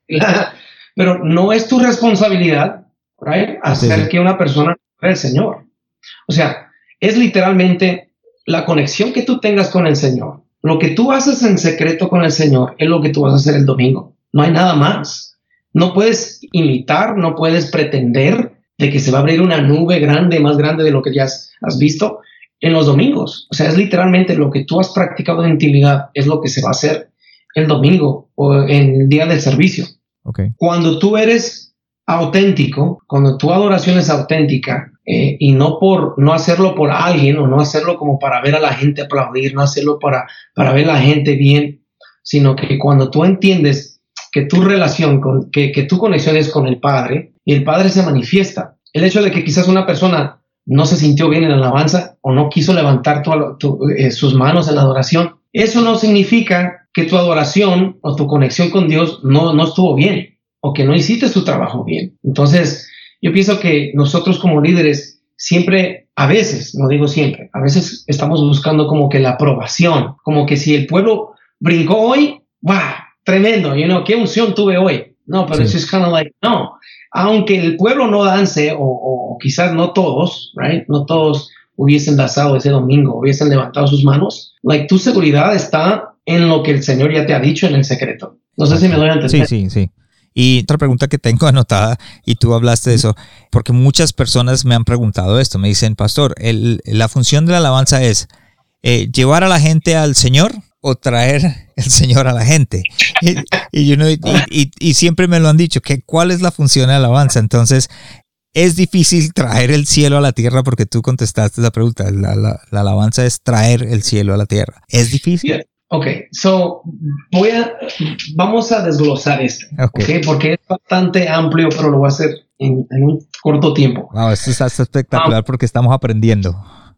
pero no es tu responsabilidad, right, hacer Sí, sí. que una persona adore al Señor. O sea, es literalmente la conexión que tú tengas con el Señor. Lo que tú haces en secreto con el Señor es lo que tú vas a hacer el domingo. No hay nada más. No puedes imitar, no puedes pretender de que se va a abrir una nube grande, más grande de lo que ya has, has visto en los domingos. O sea, es literalmente lo que tú has practicado en intimidad, es lo que se va a hacer el domingo o en el día del servicio. Okay. Cuando tú eres auténtico, cuando tu adoración es auténtica eh, y no por no hacerlo por alguien o no hacerlo como para ver a la gente aplaudir, no hacerlo para, para ver a la gente bien, sino que cuando tú entiendes que tu relación, con, que, que tu conexión es con el Padre y el Padre se manifiesta. El hecho de que quizás una persona no se sintió bien en la alabanza o no quiso levantar tu, tu, eh, sus manos en la adoración, eso no significa que tu adoración o tu conexión con Dios no, no estuvo bien o que no hiciste tu trabajo bien. Entonces, yo pienso que nosotros como líderes siempre, a veces, no digo siempre, a veces estamos buscando como que la aprobación, como que si el pueblo brincó hoy, ¡wow! Tremendo, you know, qué unción tuve hoy. No, pero Sí. es kind of like, no. Aunque el pueblo no dance, o, o, o quizás no todos, right? No todos hubiesen danzado ese domingo, hubiesen levantado sus manos. Like, tu seguridad está en lo que el Señor ya te ha dicho en el secreto. No sé si me doy a entender. Sí, sí, sí. Y otra pregunta que tengo anotada, y tú hablaste de eso, porque muchas personas me han preguntado esto. Me dicen, pastor, el, la función de la alabanza es eh, llevar a la gente al Señor o traer el Señor a la gente. Y, y, you know, y, y, y siempre me lo han dicho, que cuál es la función de la alabanza. Entonces, es difícil traer el cielo a la tierra porque tú contestaste la pregunta. La, la, la alabanza es traer el cielo a la tierra. ¿Es difícil? Yeah. Ok, so voy a, vamos a desglosar esto, Okay. okay, porque es bastante amplio, pero lo voy a hacer en, en un corto tiempo. Wow, esto está espectacular um, porque estamos aprendiendo.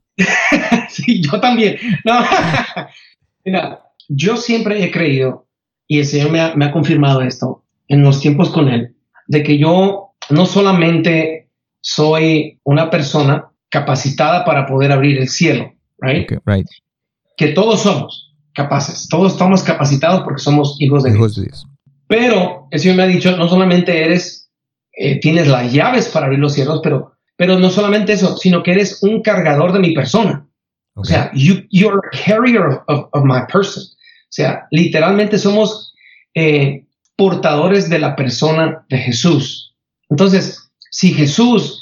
Sí, yo también. No. Mira, yo siempre he creído, y el Señor me ha, me ha confirmado esto en los tiempos con Él, de que yo no solamente soy una persona capacitada para poder abrir el cielo, right? Okay, right. Que todos somos capaces, todos estamos capacitados porque somos hijos de hijos Dios. de Dios. Pero el Señor me ha dicho, no solamente eres, eh, tienes las llaves para abrir los cielos, pero, pero no solamente eso, sino que eres un cargador de mi persona. Okay. O sea, you, you're a carrier of, of my person. O sea, literalmente somos eh, portadores de la persona de Jesús. Entonces, si Jesús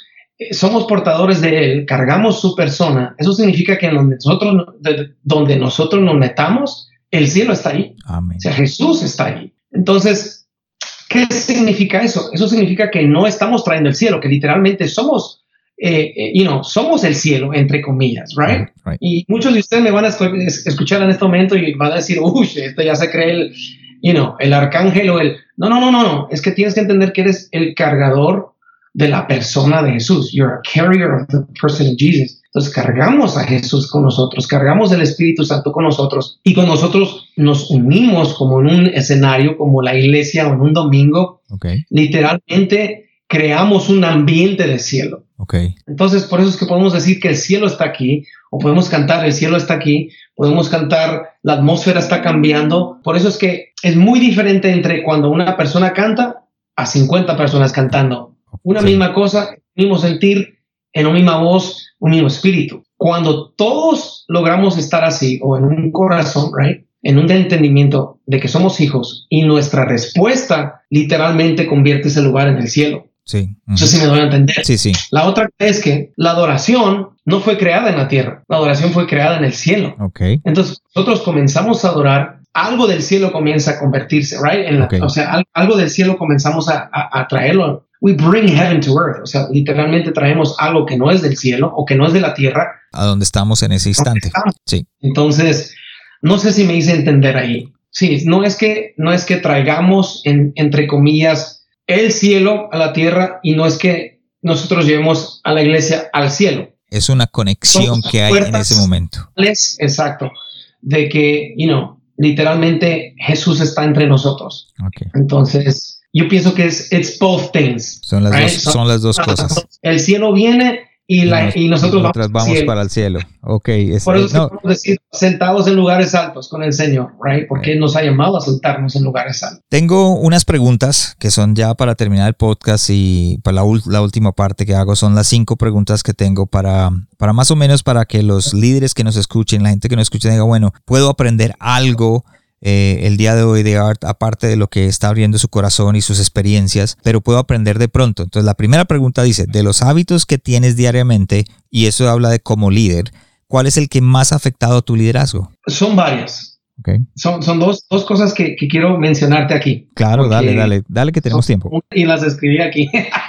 somos portadores de Él, cargamos su persona, eso significa que en donde nosotros, de, donde nosotros nos metamos, el cielo está ahí. Amén. O sea, Jesús está ahí. Entonces, ¿qué significa eso? Eso significa que no estamos trayendo el cielo, que literalmente somos, eh, eh, you know, somos el cielo, entre comillas, right? Right, right. Y muchos de ustedes me van a escuchar en este momento y van a decir, uy, esto ya se cree el, you know, el arcángel o el... No, no, no, no, no. Es que tienes que entender que eres el cargador de la persona de Jesús. You're a carrier of the person of Jesus. Entonces cargamos a Jesús con nosotros, cargamos el Espíritu Santo con nosotros y con nosotros nos unimos como en un escenario, como la iglesia o en un domingo. Okay. Literalmente creamos un ambiente de cielo. Okay. Entonces por eso es que podemos decir que el cielo está aquí, o podemos cantar el cielo está aquí, podemos cantar la atmósfera está cambiando. Por eso es que es muy diferente entre cuando una persona canta a cincuenta personas cantando. Una sí. misma cosa, un mismo sentir, en una misma voz, un mismo espíritu. Cuando todos logramos estar así, o en un corazón, right, en un entendimiento de que somos hijos, y nuestra respuesta literalmente convierte ese lugar en el cielo. Sí. Uh-huh. No sé si me doy a entender. Sí, sí. La otra es que la adoración no fue creada en la tierra, la adoración fue creada en el cielo. Okay. Entonces nosotros comenzamos a adorar, algo del cielo comienza a convertirse, right? En la, okay. O sea, algo del cielo comenzamos a, a, a traerlo. We bring heaven to earth. O sea, literalmente traemos algo que no es del cielo o que no es de la tierra. A donde estamos en ese instante. Sí. Entonces, no sé si me hice entender ahí. Sí, no es que, no es que traigamos, en, entre comillas, el cielo a la tierra y no es que nosotros llevemos a la iglesia al cielo. Es una conexión que hay en ese momento. Exacto. De que, you know, literalmente Jesús está entre nosotros. Okay. Entonces, yo pienso que es it's both things. Son las, right? dos, son, son las dos cosas. El cielo viene y, la, y nosotros y vamos, vamos para el cielo. Okay. Es, Por eso es no. que podemos decir sentados en lugares altos con el Señor, right? Porque Él nos ha llamado a sentarnos en lugares altos. Tengo unas preguntas que son ya para terminar el podcast y para la, la última parte que hago son las cinco preguntas que tengo para, para más o menos para que los líderes que nos escuchen, la gente que nos escuche diga, bueno, puedo aprender algo Eh, el día de hoy de Art, aparte de lo que está abriendo su corazón y sus experiencias, pero puedo aprender de pronto. Entonces la primera pregunta dice, de los hábitos que tienes diariamente, y eso habla de como líder, ¿cuál es el que más ha afectado tu liderazgo? Son varias. Okay. Son, son dos, dos cosas que, que quiero mencionarte aquí. Claro, dale, dale, dale que tenemos tiempo. Y las escribí aquí.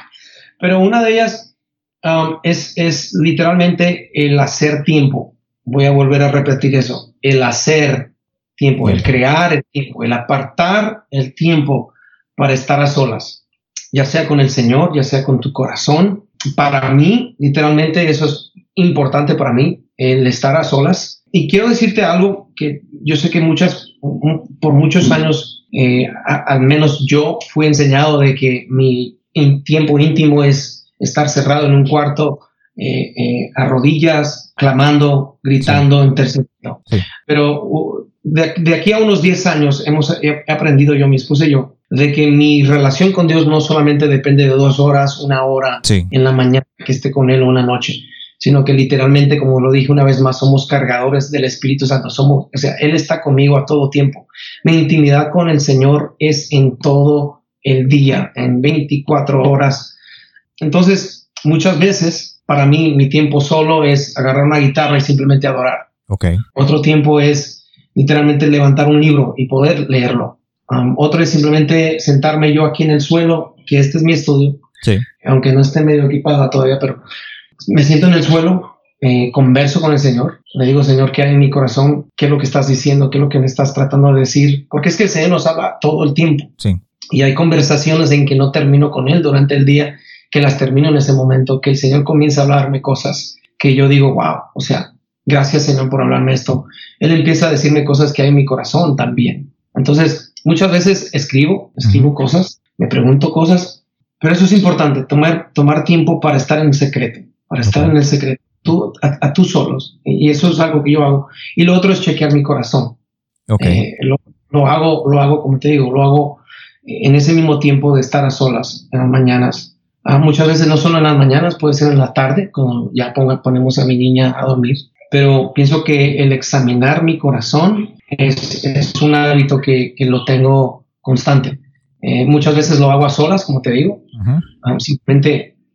Pero una de ellas um, es, es literalmente el hacer tiempo. Voy a volver a repetir eso. El hacer tiempo, el crear el tiempo, el apartar el tiempo para estar a solas, ya sea con el Señor, ya sea con tu corazón. Para mí, literalmente, eso es importante para mí, el estar a solas. Y quiero decirte algo que yo sé que muchas, por muchos años, eh, a, al menos yo fui enseñado de que mi in, tiempo íntimo es estar cerrado en un cuarto, eh, eh, a rodillas, clamando, gritando, sí. intercediendo. Sí. Pero uh, de, de aquí a unos diez años hemos he aprendido yo, mi esposa y yo, de que mi relación con Dios no solamente depende de dos horas, una hora sí. en la mañana que esté con Él o una noche, sino que literalmente, como lo dije una vez más, somos cargadores del Espíritu Santo. Somos, o sea, Él está conmigo a todo tiempo. Mi intimidad con el Señor es en todo el día, en veinticuatro horas. Entonces, muchas veces, para mí, mi tiempo solo es agarrar una guitarra y simplemente adorar. Okay. Otro tiempo es literalmente levantar un libro y poder leerlo. Um, otro es simplemente sentarme yo aquí en el suelo, que este es mi estudio, sí. aunque no esté medio equipada todavía, pero me siento en el suelo, eh, converso con el Señor, le digo, Señor, ¿qué hay en mi corazón? ¿Qué es lo que estás diciendo? ¿Qué es lo que me estás tratando de decir? Porque es que el Señor nos habla todo el tiempo. Sí. Y hay conversaciones en que no termino con Él durante el día, que las termino en ese momento, que el Señor comienza a hablarme cosas que yo digo, wow, o sea, gracias, Señor, por hablarme esto. Él empieza a decirme cosas que hay en mi corazón también. Entonces, muchas veces escribo, escribo uh-huh. cosas, me pregunto cosas, pero eso es importante, tomar, tomar tiempo para estar en el secreto, para estar okay. en el secreto, tú, a, a tú solos. Y eso es algo que yo hago. Y lo otro es chequear mi corazón. Okay. Eh, lo, lo hago, lo hago, como te digo, lo hago en ese mismo tiempo de estar a solas, en las mañanas. Ah, muchas veces no solo en las mañanas, puede ser en la tarde, cuando ya ponga, ponemos a mi niña a dormir. Pero pienso que el examinar mi corazón es, es un hábito que, que lo tengo constante. Eh, muchas veces lo hago a solas, como te digo. Uh-huh. Um, simplemente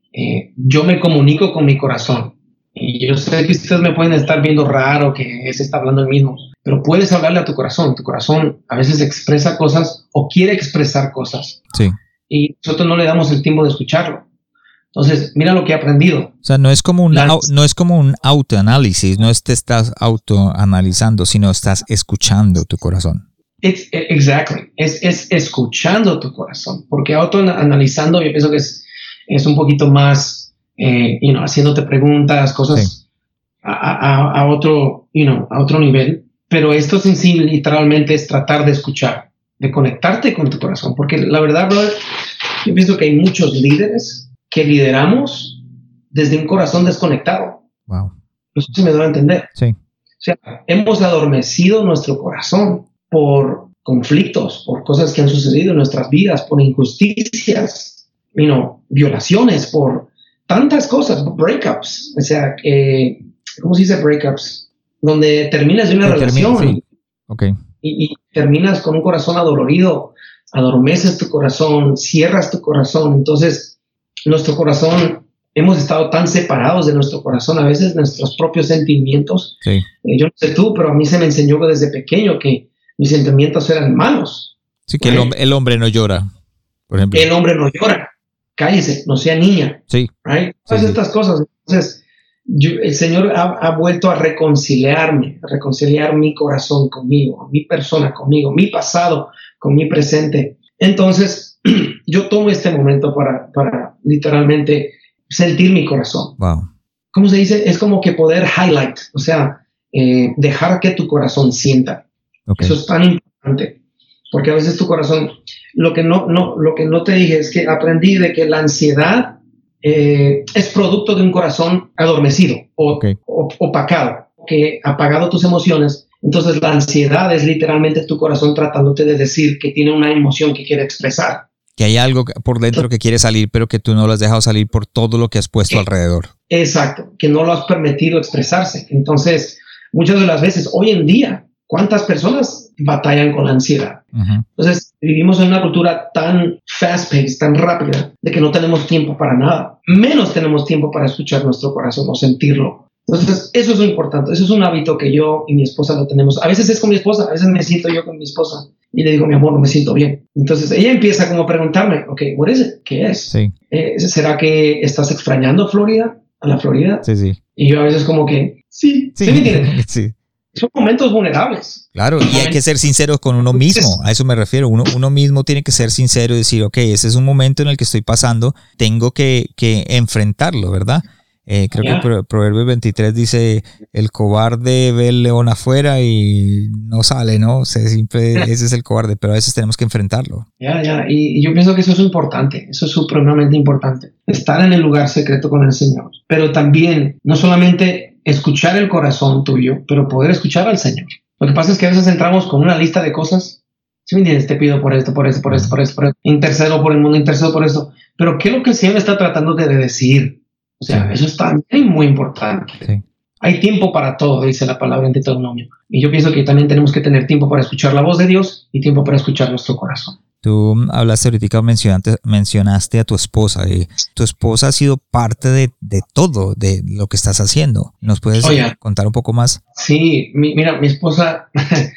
eh, yo me comunico con mi corazón. Y yo sé que ustedes me pueden estar viendo raro, que se está hablando el mismo, pero puedes hablarle a tu corazón. Tu corazón a veces expresa cosas o quiere expresar cosas. Sí. Y nosotros no le damos el tiempo de escucharlo. Entonces, mira lo que he aprendido. O sea, no es como un, Las, au, no es como un autoanálisis, no es te estás autoanalizando, sino estás escuchando tu corazón. It's, exactly. Es, es escuchando tu corazón. Porque autoanalizando yo pienso que es, es un poquito más, eh, you know, haciéndote preguntas, cosas sí. a, a, a, otro, you know, a otro nivel. Pero esto en sí literalmente es tratar de escuchar, de conectarte con tu corazón. Porque la verdad, brother, yo pienso que hay muchos líderes que lideramos desde un corazón desconectado. Wow. Eso se me da a entender. Sí. O sea, hemos adormecido nuestro corazón por conflictos, por cosas que han sucedido en nuestras vidas, por injusticias, you know, violaciones, por tantas cosas, breakups. O sea, eh, ¿cómo se dice breakups? Donde terminas de una que relación termina, sí. okay. y, y terminas con un corazón adolorido, adormeces tu corazón, cierras tu corazón. Entonces, nuestro corazón, hemos estado tan separados de nuestro corazón, a veces nuestros propios sentimientos. Sí. Eh, yo no sé tú, pero a mí se me enseñó desde pequeño que mis sentimientos eran malos. Sí, que el, el hombre no llora, por ejemplo. El hombre no llora. Cállese, no sea niña. Sí. Right? Todas sí, estas sí. cosas. Entonces, yo, el Señor ha, ha vuelto a reconciliarme, a reconciliar mi corazón conmigo, mi persona conmigo, mi pasado con mi presente. Entonces, yo tomo este momento para, para literalmente sentir mi corazón. Wow. ¿Cómo se dice? Es como que poder highlight, o sea, eh, dejar que tu corazón sienta. Okay. Eso es tan importante, porque a veces tu corazón, lo que no, no, lo que no te dije es que aprendí de que la ansiedad eh, es producto de un corazón adormecido o okay. opacado, que ha apagado tus emociones. Entonces la ansiedad es literalmente tu corazón tratándote de decir que tiene una emoción que quiere expresar. Que hay algo por dentro que quiere salir, pero que tú no lo has dejado salir por todo lo que has puesto eh, alrededor. Exacto, que no lo has permitido expresarse. Entonces, muchas de las veces, hoy en día, ¿cuántas personas batallan con la ansiedad? Uh-huh. Entonces, vivimos en una cultura tan fast-paced, tan rápida, de que no tenemos tiempo para nada. Menos tenemos tiempo para escuchar nuestro corazón o sentirlo. Entonces, eso es lo importante. Eso es un hábito que yo y mi esposa lo tenemos. A veces es con mi esposa, a veces me siento yo con mi esposa y le digo, mi amor, no me siento bien. Entonces, ella empieza como a preguntarme, ok, what is it? ¿Qué es? Sí. Eh, ¿Será que estás extrañando Florida? ¿A la Florida? Sí, sí. Y yo a veces como que, sí, sí, ¿sí me entiendes? Sí. Son momentos vulnerables. Claro, y hay que ser sincero con uno mismo, a eso me refiero. Uno, uno mismo tiene que ser sincero y decir, ok, ese es un momento en el que estoy pasando, tengo que, que enfrentarlo, ¿verdad? Eh, creo yeah. que Proverbios veintitrés dice, el cobarde ve el león afuera y no sale, ¿no? O sea, siempre yeah. ese es el cobarde, pero a veces tenemos que enfrentarlo. Ya, yeah, ya, yeah. y, y yo pienso que eso es importante, eso es supremamente importante, estar en el lugar secreto con el Señor, pero también, no solamente escuchar el corazón tuyo, pero poder escuchar al Señor. Lo que pasa es que a veces entramos con una lista de cosas, ¿sí me entiendes? Te pido por esto, por esto, por esto, por esto, por esto, intercedo por el mundo, intercedo por esto, pero ¿qué es lo que el Señor está tratando de decir? O sea, sí. Eso es también muy importante. Sí. Hay tiempo para todo, dice la palabra en Deuteronomio. Y yo pienso que también tenemos que tener tiempo para escuchar la voz de Dios y tiempo para escuchar nuestro corazón. Tú hablaste ahorita, mencionaste, mencionaste a tu esposa. Y tu esposa ha sido parte de, de todo, de lo que estás haciendo. ¿Nos puedes oh, yeah. contar un poco más? Sí, mi, mira, mi esposa,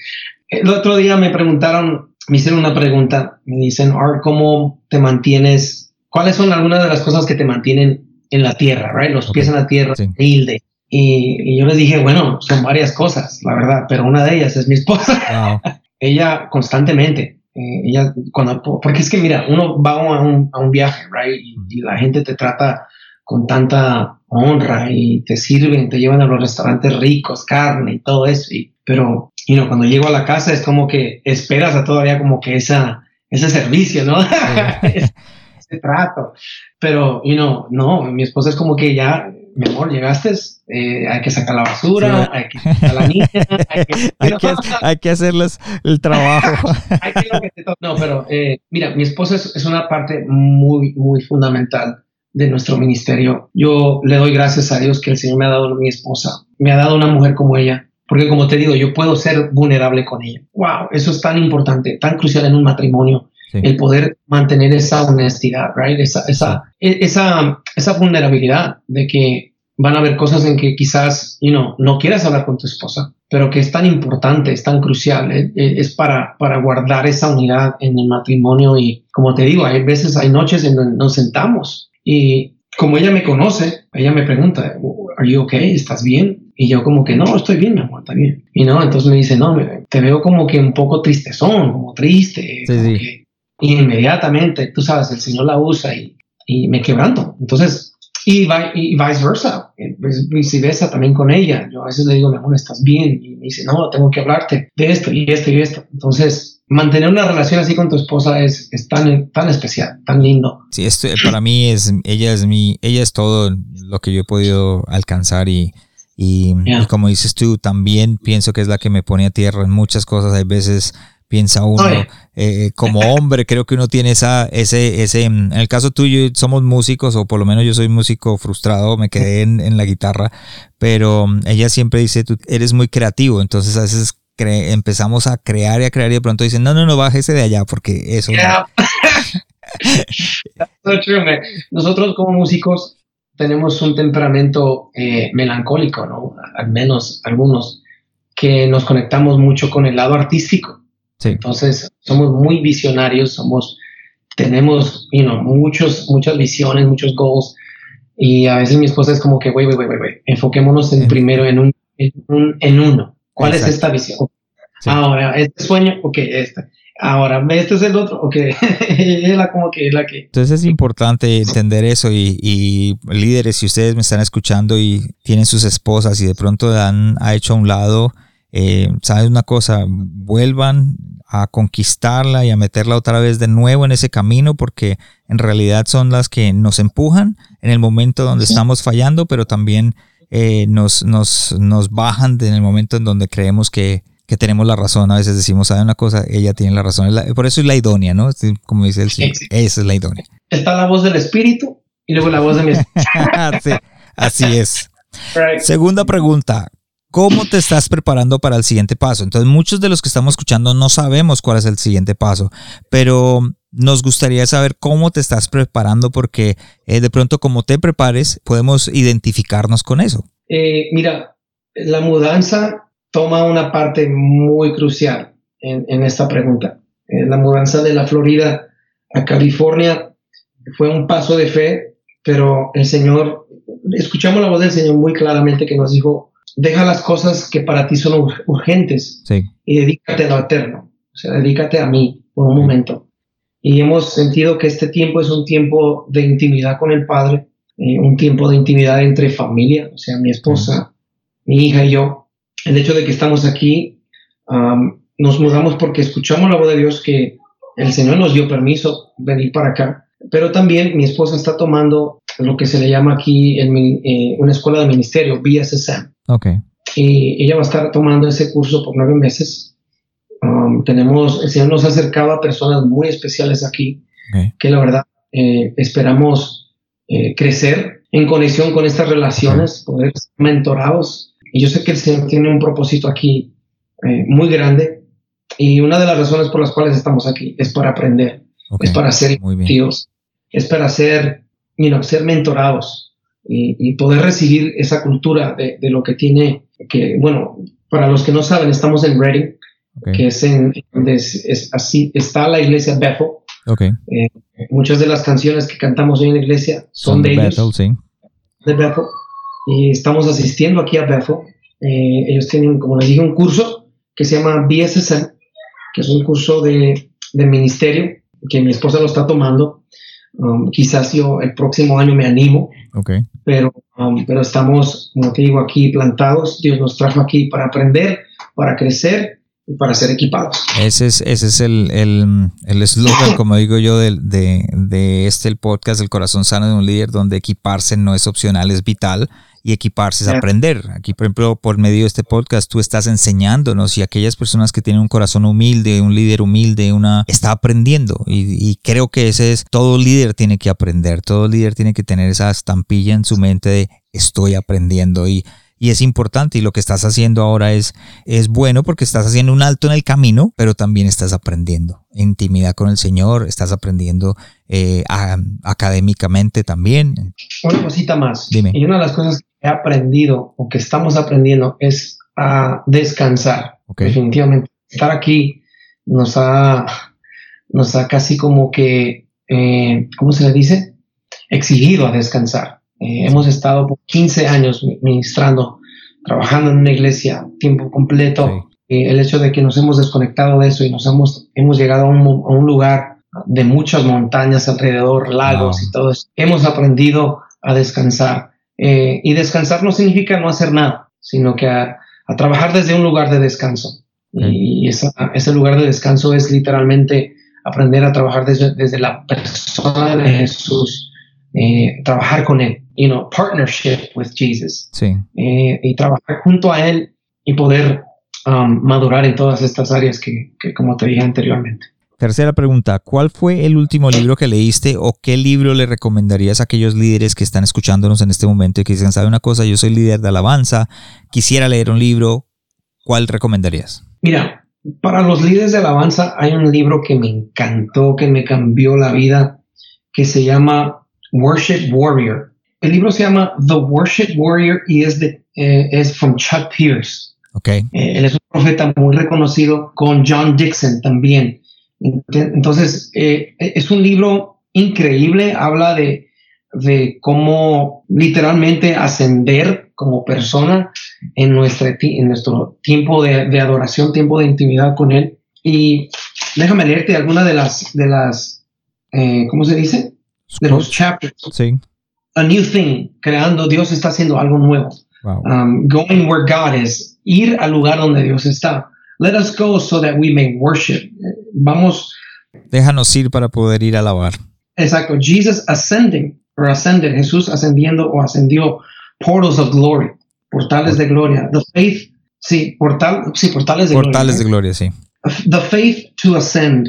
el otro día me preguntaron, me hicieron una pregunta. Me dicen, Art, ¿cómo te mantienes? ¿Cuáles son algunas de las cosas que te mantienen en la tierra, right? Los okay. pies en la tierra, sí. humilde. Y, y yo les dije, bueno, son varias cosas, la verdad, pero una de ellas es mi esposa. Wow. Ella constantemente, eh, ella cuando, porque es que mira, uno va a un, a un viaje, right? Y, y la gente te trata con tanta honra y te sirven, te llevan a los restaurantes ricos, carne y todo eso. Y, pero, you know, cuando llego a la casa es como que esperas a todavía como que esa, ese servicio, ¿no? Sí. Trato, pero, you know, no, mi esposa es como que ya, mi amor, llegaste, eh, hay que sacar la basura, sí. hay que sacar la niña, hay que, hay, que hay que hacerles el trabajo. hay que lo que te no, pero, eh, mira, mi esposa es, es una parte muy, muy fundamental de nuestro ministerio. Yo le doy gracias a Dios que el Señor me ha dado mi esposa, me ha dado una mujer como ella, porque como te digo, yo puedo ser vulnerable con ella. Wow, eso es tan importante, tan crucial en un matrimonio. sí. El poder mantener esa honestidad, right? Esa, esa, sí. esa, esa vulnerabilidad de que van a haber cosas en que quizás, you know, no quieras hablar con tu esposa, pero que es tan importante, es tan crucial, es, es para, para guardar esa unidad en el matrimonio. Y como te digo, hay veces, hay noches en donde nos sentamos y como ella me conoce, ella me pregunta, ¿are you okay? ¿Estás bien? Y yo como que no, estoy bien, mi amor, está bien. Y no, entonces me dice, no, te veo como que un poco tristezón, como triste. Sí, como sí. Que, y inmediatamente, tú sabes, el Señor la usa y, y me quebranto. Entonces, y, y viceversa, viceversa también con ella. Yo a veces le digo, mi amor, ¿estás bien? Y me dice, no, tengo que hablarte de esto y esto y esto. Entonces, mantener una relación así con tu esposa es, es tan, tan especial, tan lindo. Sí, esto para mí es, ella es mi, ella es todo lo que yo he podido alcanzar y, y, yeah. y como dices tú, también pienso que es la que me pone a tierra en muchas cosas. Hay veces piensa uno, eh, como hombre, creo que uno tiene esa, ese, ese, en el caso tuyo somos músicos, o por lo menos yo soy músico frustrado, me quedé en, en la guitarra, pero ella siempre dice, tú eres muy creativo, entonces a veces cre- empezamos a crear y a crear y de pronto dicen, no, no, no, bájese de allá, porque eso yeah. no. true, Nosotros como músicos tenemos un temperamento eh, melancólico, ¿no? Al menos algunos, que nos conectamos mucho con el lado artístico. Sí. Entonces somos muy visionarios, somos, tenemos, you know, muchos, muchas visiones, muchos goals, y a veces mi esposa es como que, wait, wait, wait, wait, enfoquémonos en, primero en, un, en, un, en uno. ¿Cuál Exacto. es esta visión? Sí. Ahora, este sueño, ok, este. Ahora, este es el otro, ok. Es la como que es la que. Entonces es importante entender eso y, y líderes, si ustedes me están escuchando y tienen sus esposas y de pronto han ha hecho a un lado, eh, ¿sabes una cosa? Vuelvan a conquistarla y a meterla otra vez de nuevo en ese camino, porque en realidad son las que nos empujan en el momento donde sí. estamos fallando, pero también eh, nos, nos, nos bajan en el momento en donde creemos que, que tenemos la razón. A veces decimos, ¿sabe una cosa? Ella tiene la razón. La, por eso es la idónea, ¿no? Como dice el Señor, sí. esa es la idónea. Está la voz del espíritu y luego la voz de mi esposa. Sí, así es. Right. Segunda pregunta. ¿Cómo te estás preparando para el siguiente paso? Entonces, muchos de los que estamos escuchando no sabemos cuál es el siguiente paso, pero nos gustaría saber cómo te estás preparando, porque eh, de pronto, como te prepares, podemos identificarnos con eso. Eh, mira, la mudanza toma una parte muy crucial en, en esta pregunta. Eh, la mudanza de la Florida a California fue un paso de fe, pero el Señor, escuchamos la voz del Señor muy claramente que nos dijo, deja las cosas que para ti son urgentes sí. y dedícate a lo eterno. O sea, dedícate a mí por un momento. Y hemos sentido que este tiempo es un tiempo de intimidad con el Padre, eh, un tiempo de intimidad entre familia, o sea, mi esposa, sí. mi hija y yo. El hecho de que estamos aquí, um, nos mudamos porque escuchamos la voz de Dios, que el Señor nos dio permiso de venir para acá. Pero también mi esposa está tomando lo que se le llama aquí en eh, una escuela de ministerio, B S S M. Okay. Y ella va a estar tomando ese curso por nueve meses. Um, tenemos, el Señor nos ha acercado a personas muy especiales aquí, okay. que la verdad eh, esperamos eh, crecer en conexión con estas relaciones, okay. poder ser mentorados. Y yo sé que el Señor tiene un propósito aquí eh, muy grande. Y una de las razones por las cuales estamos aquí es para aprender, okay. es para ser tíos, es para ser, you know, ser mentorados. Y, y poder recibir esa cultura de, de lo que tiene, que bueno, para los que no saben, estamos en Redding, okay. que es en, es, es así, está la iglesia Bethel. Okay. Eh, muchas de las canciones que cantamos hoy en la iglesia son, son de, de ellos, Bethel, sí. de Bethel, y estamos asistiendo aquí a Bethel. Eh, ellos tienen, como les dije, un curso que se llama B S S M, que es un curso de, de ministerio, que mi esposa lo está tomando. Um, quizás yo el próximo año me animo, okay. pero, um, pero estamos, como te digo, aquí plantados. Dios nos trajo aquí para aprender, para crecer y para ser equipados. Ese es ese es el el el eslogan, como digo yo, de, de, de este el podcast, El Corazón Sano de un Líder, donde equiparse no es opcional, es vital. Y equiparse es aprender. Aquí, por ejemplo, por medio de este podcast, tú estás enseñándonos, y aquellas personas que tienen un corazón humilde, un líder humilde, una está aprendiendo. Y, y creo que ese es, todo líder tiene que aprender. Todo líder tiene que tener esa estampilla en su mente de estoy aprendiendo. Y, y es importante, y lo que estás haciendo ahora es, es bueno porque estás haciendo un alto en el camino, pero también estás aprendiendo intimidad con el Señor, estás aprendiendo eh, a, académicamente también. Una cosita más. Dime. Y una de las cosas que he aprendido o que estamos aprendiendo es a descansar. Okay. Definitivamente. Estar aquí nos ha, nos ha casi como que, eh, ¿cómo se le dice? Exigido a descansar. Eh, hemos estado por quince años ministrando, trabajando en una iglesia tiempo completo. Sí. Eh, el hecho de que nos hemos desconectado de eso y nos hemos, hemos llegado a un, a un lugar de muchas montañas alrededor, lagos wow. y todo eso. Hemos aprendido a descansar. Eh, y descansar no significa no hacer nada, sino que a, a trabajar desde un lugar de descanso. Sí. Y esa, ese lugar de descanso es literalmente aprender a trabajar desde, desde la persona de Jesús. Eh, trabajar con él, you know, partnership with Jesus, sí. eh, y trabajar junto a él y poder um, madurar en todas estas áreas que, que, como te dije anteriormente. Tercera pregunta, ¿cuál fue el último libro que leíste o qué libro le recomendarías a aquellos líderes que están escuchándonos en este momento y que dicen, ¿sabe una cosa? Yo soy líder de alabanza, quisiera leer un libro, ¿cuál recomendarías? Mira, para los líderes de alabanza hay un libro que me encantó, que me cambió la vida, que se llama Worship Warrior. El libro se llama The Worship Warrior y es de eh, es from Chuck Pierce. Okay. Eh, él es un profeta muy reconocido, con John Dixon también. Entonces eh, es un libro increíble. Habla de de cómo literalmente ascender como persona en nuestra en nuestro tiempo de, de adoración, tiempo de intimidad con él. Y déjame leerte alguna de las de las eh, ¿cómo se dice? De los chapters. Sí. A new thing, creando, Dios está haciendo algo nuevo. Wow. Um, going where God is, ir al lugar donde Dios está. Let us go so that we may worship. Vamos. Déjanos ir para poder ir a alabar. Exacto. Jesus ascending, or ascended, Jesús ascendiendo o ascendió. Portals of glory, portales de gloria. The faith, sí, portal, sí, portales de portales gloria. de gloria, sí. The faith to ascend,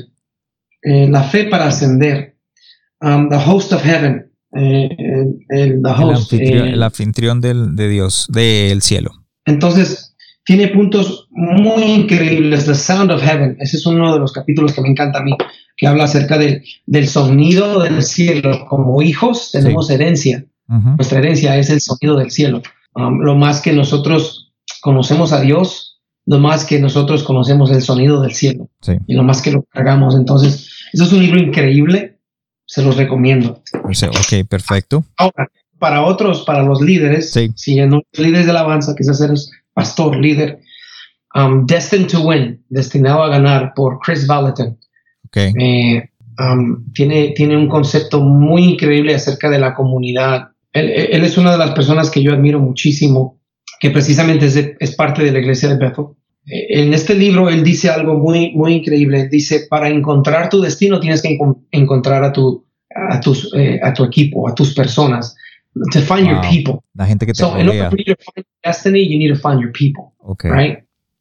eh, la fe para ascender. Um, the host of heaven, eh, el, el, the host, el anfitrión, eh, el anfitrión del, de Dios, del cielo. Entonces, tiene puntos muy increíbles. The sound of heaven, ese es uno de los capítulos que me encanta a mí, que habla acerca de, del sonido del cielo. Como hijos tenemos sí. herencia. Uh-huh. Nuestra herencia es el sonido del cielo. Um, lo más que nosotros conocemos a Dios, lo más que nosotros conocemos el sonido del cielo. Sí. Y lo más que lo cargamos. Entonces, eso es un libro increíble. Se los recomiendo. Ok, perfecto. Ahora, para otros, para los líderes, sí. si no líderes de alabanza, quizás eres pastor, líder, um, Destined to Win, Destinado a Ganar, por Chris Vallotton. Okay. Eh, um, tiene, tiene un concepto muy increíble acerca de la comunidad. Él, él es una de las personas que yo admiro muchísimo, que precisamente es, de, es parte de la iglesia de Bethel. En este libro él dice algo muy, muy increíble. Dice, para encontrar tu destino tienes que enco- encontrar a tu, a, tus, eh, a tu equipo, a tus personas. To find wow. your people. La gente que te so, rodea. in order for you to find your destiny, you need to find your people. Okay. Right?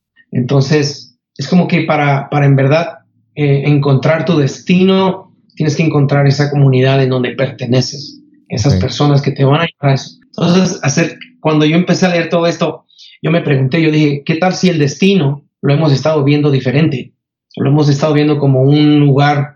Entonces, es como que para, para en verdad eh, encontrar tu destino, tienes que encontrar esa comunidad en donde perteneces. Esas okay. personas que te van a ayudar a eso. Entonces, hacer, cuando yo empecé a leer todo esto, yo me pregunté, yo dije, ¿qué tal si el destino lo hemos estado viendo diferente? Lo hemos estado viendo como un lugar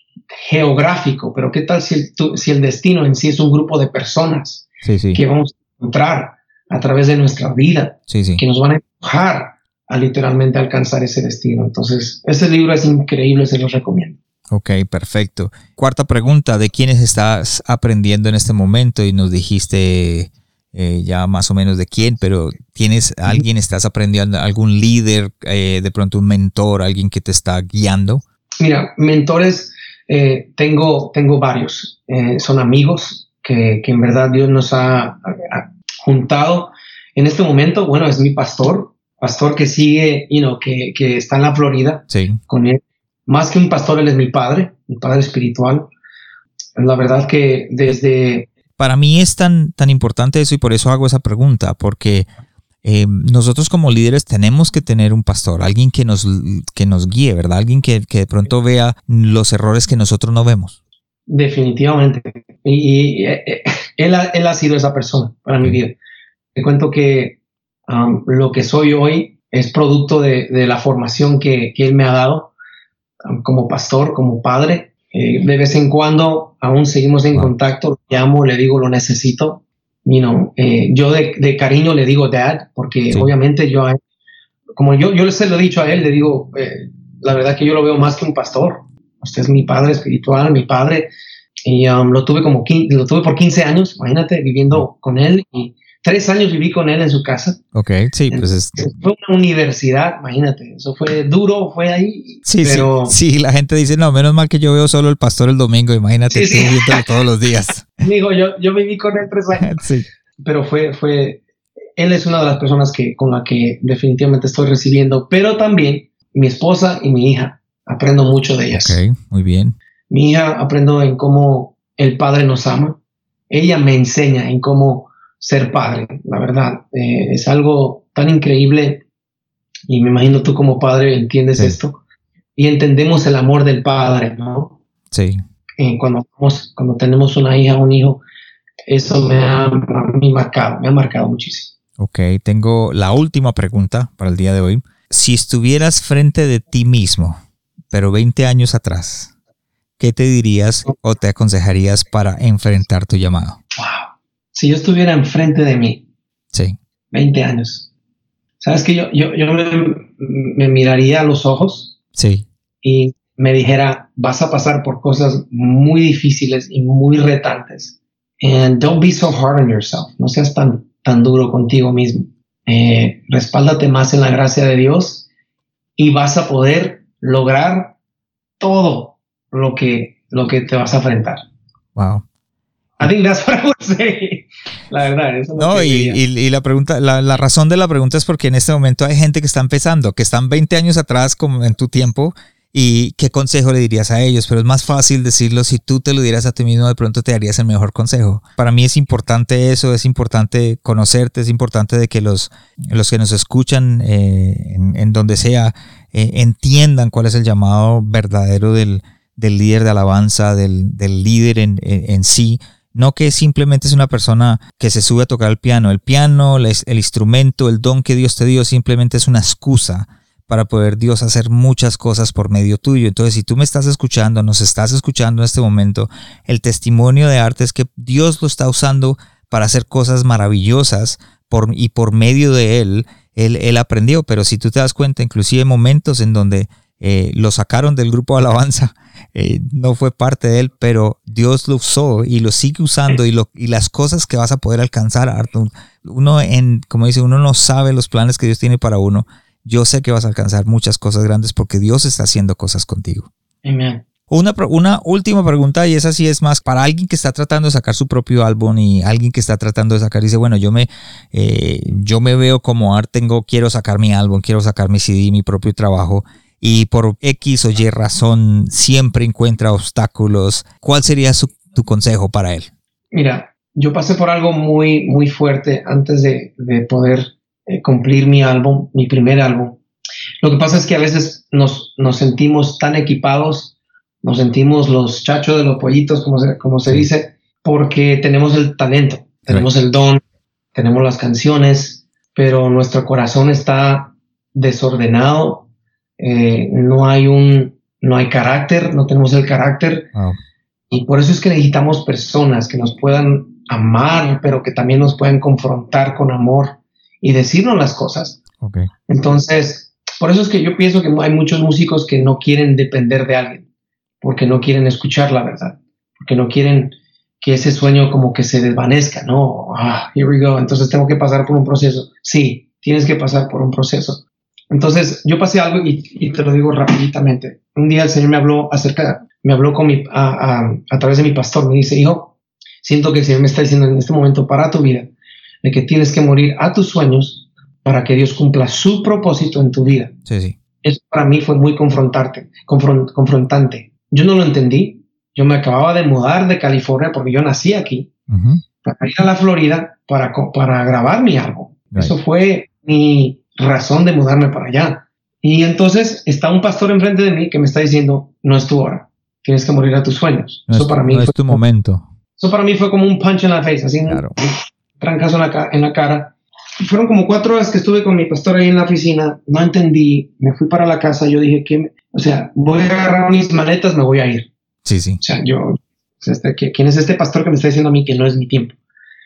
geográfico, pero ¿qué tal si el, si el destino en sí es un grupo de personas sí, sí. que vamos a encontrar a través de nuestra vida, sí, sí. que nos van a empujar a literalmente alcanzar ese destino? Entonces, ese libro es increíble, se los recomiendo. Ok, perfecto. Cuarta pregunta, ¿de quiénes estás aprendiendo en este momento? Y nos dijiste... Eh, ya más o menos de quién, pero ¿tienes alguien, estás aprendiendo, algún líder, eh, de pronto un mentor, alguien que te está guiando? Mira, mentores, eh, tengo, tengo varios. Eh, son amigos que, que en verdad Dios nos ha, ha juntado. En este momento, bueno, es mi pastor, pastor que sigue, you know, que, que está en la Florida. Sí. Con él. Más que un pastor, él es mi padre, mi padre espiritual. La verdad que desde... Para mí es tan, tan importante eso y por eso hago esa pregunta, porque eh, nosotros como líderes tenemos que tener un pastor, alguien que nos, que nos guíe, ¿verdad? Alguien que, que de pronto vea los errores que nosotros no vemos. Definitivamente. Y, y él, ha, él ha sido esa persona para mi vida. Te cuento que Um, lo que soy hoy es producto de, de la formación que, que Él me ha dado um, como pastor, como padre. Eh, de vez en cuando aún seguimos en wow. contacto, lo llamo, le digo lo necesito. You know, eh, yo de, de cariño le digo dad, porque sí. obviamente yo, como yo, yo se lo he dicho a él, le digo, eh, la verdad que yo lo veo más que un pastor. Usted es mi padre espiritual, mi padre. Y um, lo tuve como quince, lo tuve por quince años, imagínate, viviendo con él. Y tres años viví con él en su casa. Ok, sí, pues es... Fue una universidad, imagínate. Eso fue duro, fue ahí. Sí, pero... sí, sí, la gente dice, no, menos mal que yo veo solo el pastor el domingo. Imagínate, sí, tú sí. viéndolo todos los días. Digo, yo, yo viví con él tres años. Sí. Pero fue, fue... Él es una de las personas que, con la que definitivamente estoy recibiendo. Pero también mi esposa y mi hija. Aprendo mucho de ellas. Ok, muy bien. Mi hija, aprendo en cómo el Padre nos ama. Ella me enseña en cómo ser padre, la verdad. Eh, es algo tan increíble y me imagino tú como padre entiendes sí. esto y entendemos el amor del Padre, ¿no? Sí. Eh, cuando, cuando tenemos una hija, un hijo, eso me ha, me ha marcado, me ha marcado muchísimo. Ok, tengo la última pregunta para el día de hoy. Si estuvieras frente de ti mismo, pero veinte años atrás, ¿qué te dirías o te aconsejarías para enfrentar tu llamado? Wow. Si yo estuviera enfrente de mí, sí. veinte años, ¿sabes qué? Yo, yo, yo me, me miraría a los ojos sí. y me dijera, vas a pasar por cosas muy difíciles y muy retantes. And don't be so hard on yourself. No seas tan, tan duro contigo mismo. Eh, respáldate más en la gracia de Dios y vas a poder lograr todo lo que, lo que te vas a enfrentar. Wow. I think that's what I would say. La verdad, eso no, y, y, y la pregunta, la, la razón de la pregunta es porque en este momento hay gente que está empezando, que están veinte años atrás como en tu tiempo, y qué consejo le dirías a ellos, pero es más fácil decirlo si tú te lo dieras a ti mismo, de pronto te darías el mejor consejo. Para mí es importante eso, es importante conocerte, es importante de que los, los que nos escuchan eh, en, en donde sea eh, entiendan cuál es el llamado verdadero del, del líder de alabanza, del, del líder en, en, en sí. No que simplemente es una persona que se sube a tocar el piano. El piano, el, el instrumento, el don que Dios te dio simplemente es una excusa para poder Dios hacer muchas cosas por medio tuyo. Entonces, si tú me estás escuchando, nos estás escuchando en este momento, el testimonio de arte es que Dios lo está usando para hacer cosas maravillosas por, y por medio de él, él, él aprendió. Pero si tú te das cuenta, inclusive momentos en donde eh, lo sacaron del grupo de alabanza, eh, no fue parte de él, pero Dios lo usó y lo sigue usando y, lo, y las cosas que vas a poder alcanzar, Arthur, uno en, como dice, uno no sabe los planes que Dios tiene para uno. Yo sé que vas a alcanzar muchas cosas grandes porque Dios está haciendo cosas contigo. Amén. Una, una última pregunta, y esa sí es más para alguien que está tratando de sacar su propio álbum y alguien que está tratando de sacar, dice, bueno, yo me, eh, yo me veo como art, tengo, quiero sacar mi álbum, quiero sacar mi C D, mi propio trabajo, y por X o Y razón siempre encuentra obstáculos. ¿Cuál sería su, tu consejo para él? Mira, yo pasé por algo muy, muy fuerte antes de, de poder Eh, cumplir mi álbum, mi primer álbum. Lo que pasa es que a veces nos, nos sentimos tan equipados, nos sentimos los chachos de los pollitos, como se, como se dice, porque tenemos el talento, tenemos el don, tenemos las canciones, pero nuestro corazón está desordenado, eh, no hay un, no hay carácter, no tenemos el carácter, wow. Y por eso es que necesitamos personas que nos puedan amar, pero que también nos puedan confrontar con amor y decirnos las cosas. Okay. Entonces, por eso es que yo pienso que hay muchos músicos que no quieren depender de alguien, porque no quieren escuchar la verdad, porque no quieren que ese sueño como que se desvanezca, ¿no? Ah, here we go, entonces tengo que pasar por un proceso. Sí, tienes que pasar por un proceso. Entonces, yo pasé algo y, y te lo digo rapiditamente. Un día el Señor me habló acerca, me habló con mi, a, a, a través de mi pastor, me dice, hijo, siento que el Señor me está diciendo en este momento para tu vida, de que tienes que morir a tus sueños para que Dios cumpla su propósito en tu vida. Sí, sí. Eso para mí fue muy confrontarte, confront, confrontante. Yo no lo entendí. Yo me acababa de mudar de California porque yo nací aquí, uh-huh. para ir a la Florida para, para grabar mi álbum. Right. Eso fue mi razón de mudarme para allá. Y entonces está un pastor enfrente de mí que me está diciendo, no es tu hora, tienes que morir a tus sueños. No eso es, para mí no fue es tu como, momento. Eso para mí fue como un punch en la face, así claro. un trancazo en la, en la cara. fueron como cuatro horas que estuve con mi pastor ahí en la oficina, no entendí, me fui para la casa, yo dije que, o sea, voy a agarrar mis maletas, me voy a ir. Sí, sí. O sea, yo, o sea, este, ¿quién es este pastor que me está diciendo a mí que no es mi tiempo?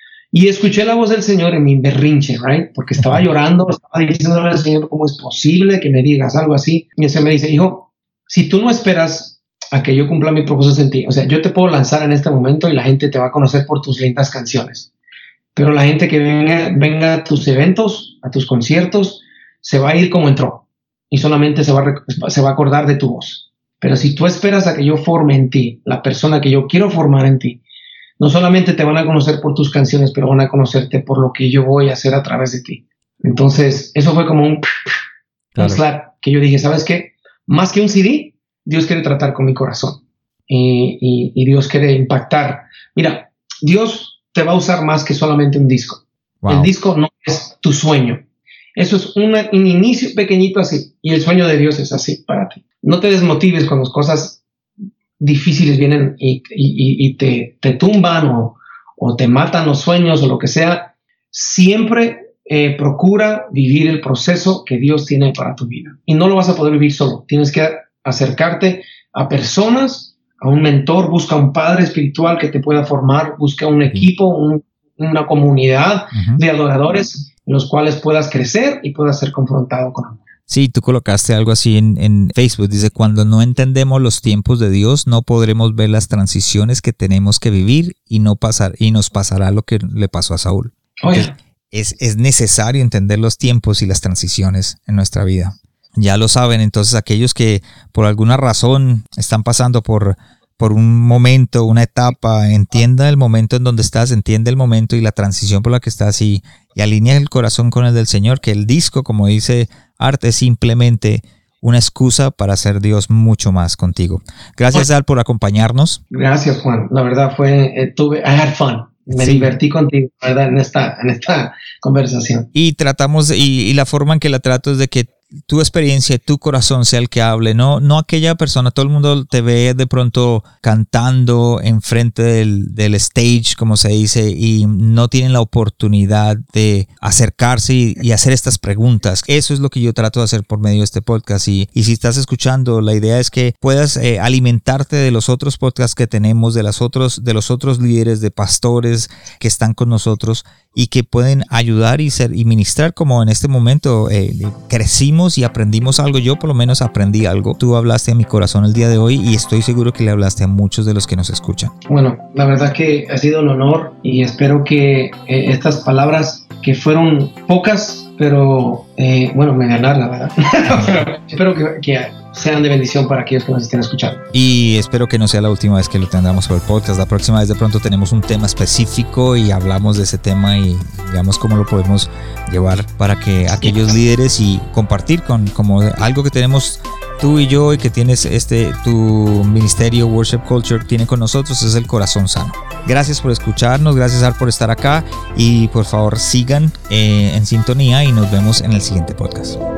Y escuché la voz del Señor en mi berrinche, right? Porque estaba uh-huh. llorando, estaba diciéndole al Señor cómo es posible que me digas algo así. Y ese me dice, hijo, si tú no esperas a que yo cumpla mi propósito en ti, o sea, yo te puedo lanzar en este momento y la gente te va a conocer por tus lindas canciones. Pero la gente que venga, venga a tus eventos, a tus conciertos, se va a ir como entró y solamente se va, a, se va a acordar de tu voz. Pero si tú esperas a que yo forme en ti la persona que yo quiero formar en ti, no solamente te van a conocer por tus canciones, pero van a conocerte por lo que yo voy a hacer a través de ti. Entonces, eso fue como un, claro. un slap que yo dije, ¿sabes qué? Más que un C D, Dios quiere tratar con mi corazón y, y, y Dios quiere impactar. Mira, Dios te va a usar más que solamente un disco. Wow. El disco no es tu sueño. Eso es una, un inicio pequeñito así y el sueño de Dios es así para ti. No te desmotives cuando las cosas difíciles vienen y, y, y te, te tumban o, o te matan los sueños o lo que sea. Siempre eh, procura vivir el proceso que Dios tiene para tu vida. Y no lo vas a poder vivir solo. Tienes que acercarte a personas, a un mentor, busca un padre espiritual que te pueda formar, busca un equipo, un, una comunidad uh-huh. de adoradores en los cuales puedas crecer y puedas ser confrontado con amor. Sí, tú colocaste algo así en, en Facebook. Dice, cuando no entendemos los tiempos de Dios, no podremos ver las transiciones que tenemos que vivir y, no pasar, y nos pasará lo que le pasó a Saúl. Entonces, es, es necesario entender los tiempos y las transiciones en nuestra vida. Ya lo saben, entonces aquellos que por alguna razón están pasando por, por un momento, una etapa, entienda el momento en donde estás, entiende el momento y la transición por la que estás y, y alinea el corazón con el del Señor, que el disco, como dice Art, es simplemente una excusa para hacer Dios mucho más contigo. Gracias, Al, por acompañarnos. Gracias, Juan. La verdad fue, eh, tuve, I had fun. Me sí. divertí contigo, ¿verdad? En esta, en esta conversación. Y tratamos, y, y la forma en que la trato es de que tu experiencia, tu corazón sea el que hable, no, no aquella persona. Todo el mundo te ve de pronto cantando enfrente del, del stage, como se dice, y no tienen la oportunidad de acercarse y, y hacer estas preguntas. Eso es lo que yo trato de hacer por medio de este podcast. Y, y si estás escuchando, la idea es que puedas eh, alimentarte de los otros podcasts que tenemos, de, las otros, de los otros líderes, de pastores que están con nosotros y que pueden ayudar y ser y ministrar, como en este momento eh, crecimos y aprendimos algo. Yo por lo menos aprendí algo. Tú hablaste a mi corazón el día de hoy y estoy seguro que le hablaste a muchos de los que nos escuchan. Bueno, la verdad que ha sido un honor y espero que eh, estas palabras, que fueron pocas, pero eh, bueno, me ganaron, la verdad. Espero que, que sean de bendición para aquellos que nos estén escuchando. Y espero que no sea la última vez que lo tengamos por el podcast. La próxima vez de pronto tenemos un tema específico y hablamos de ese tema y veamos cómo lo podemos llevar para que aquellos líderes y compartir con como algo que tenemos tú y yo y que tienes este tu ministerio Worship Culture tiene con nosotros, es el corazón sano. Gracias por escucharnos, gracias Ar por estar acá y por favor sigan eh, en sintonía y nos vemos en el siguiente podcast.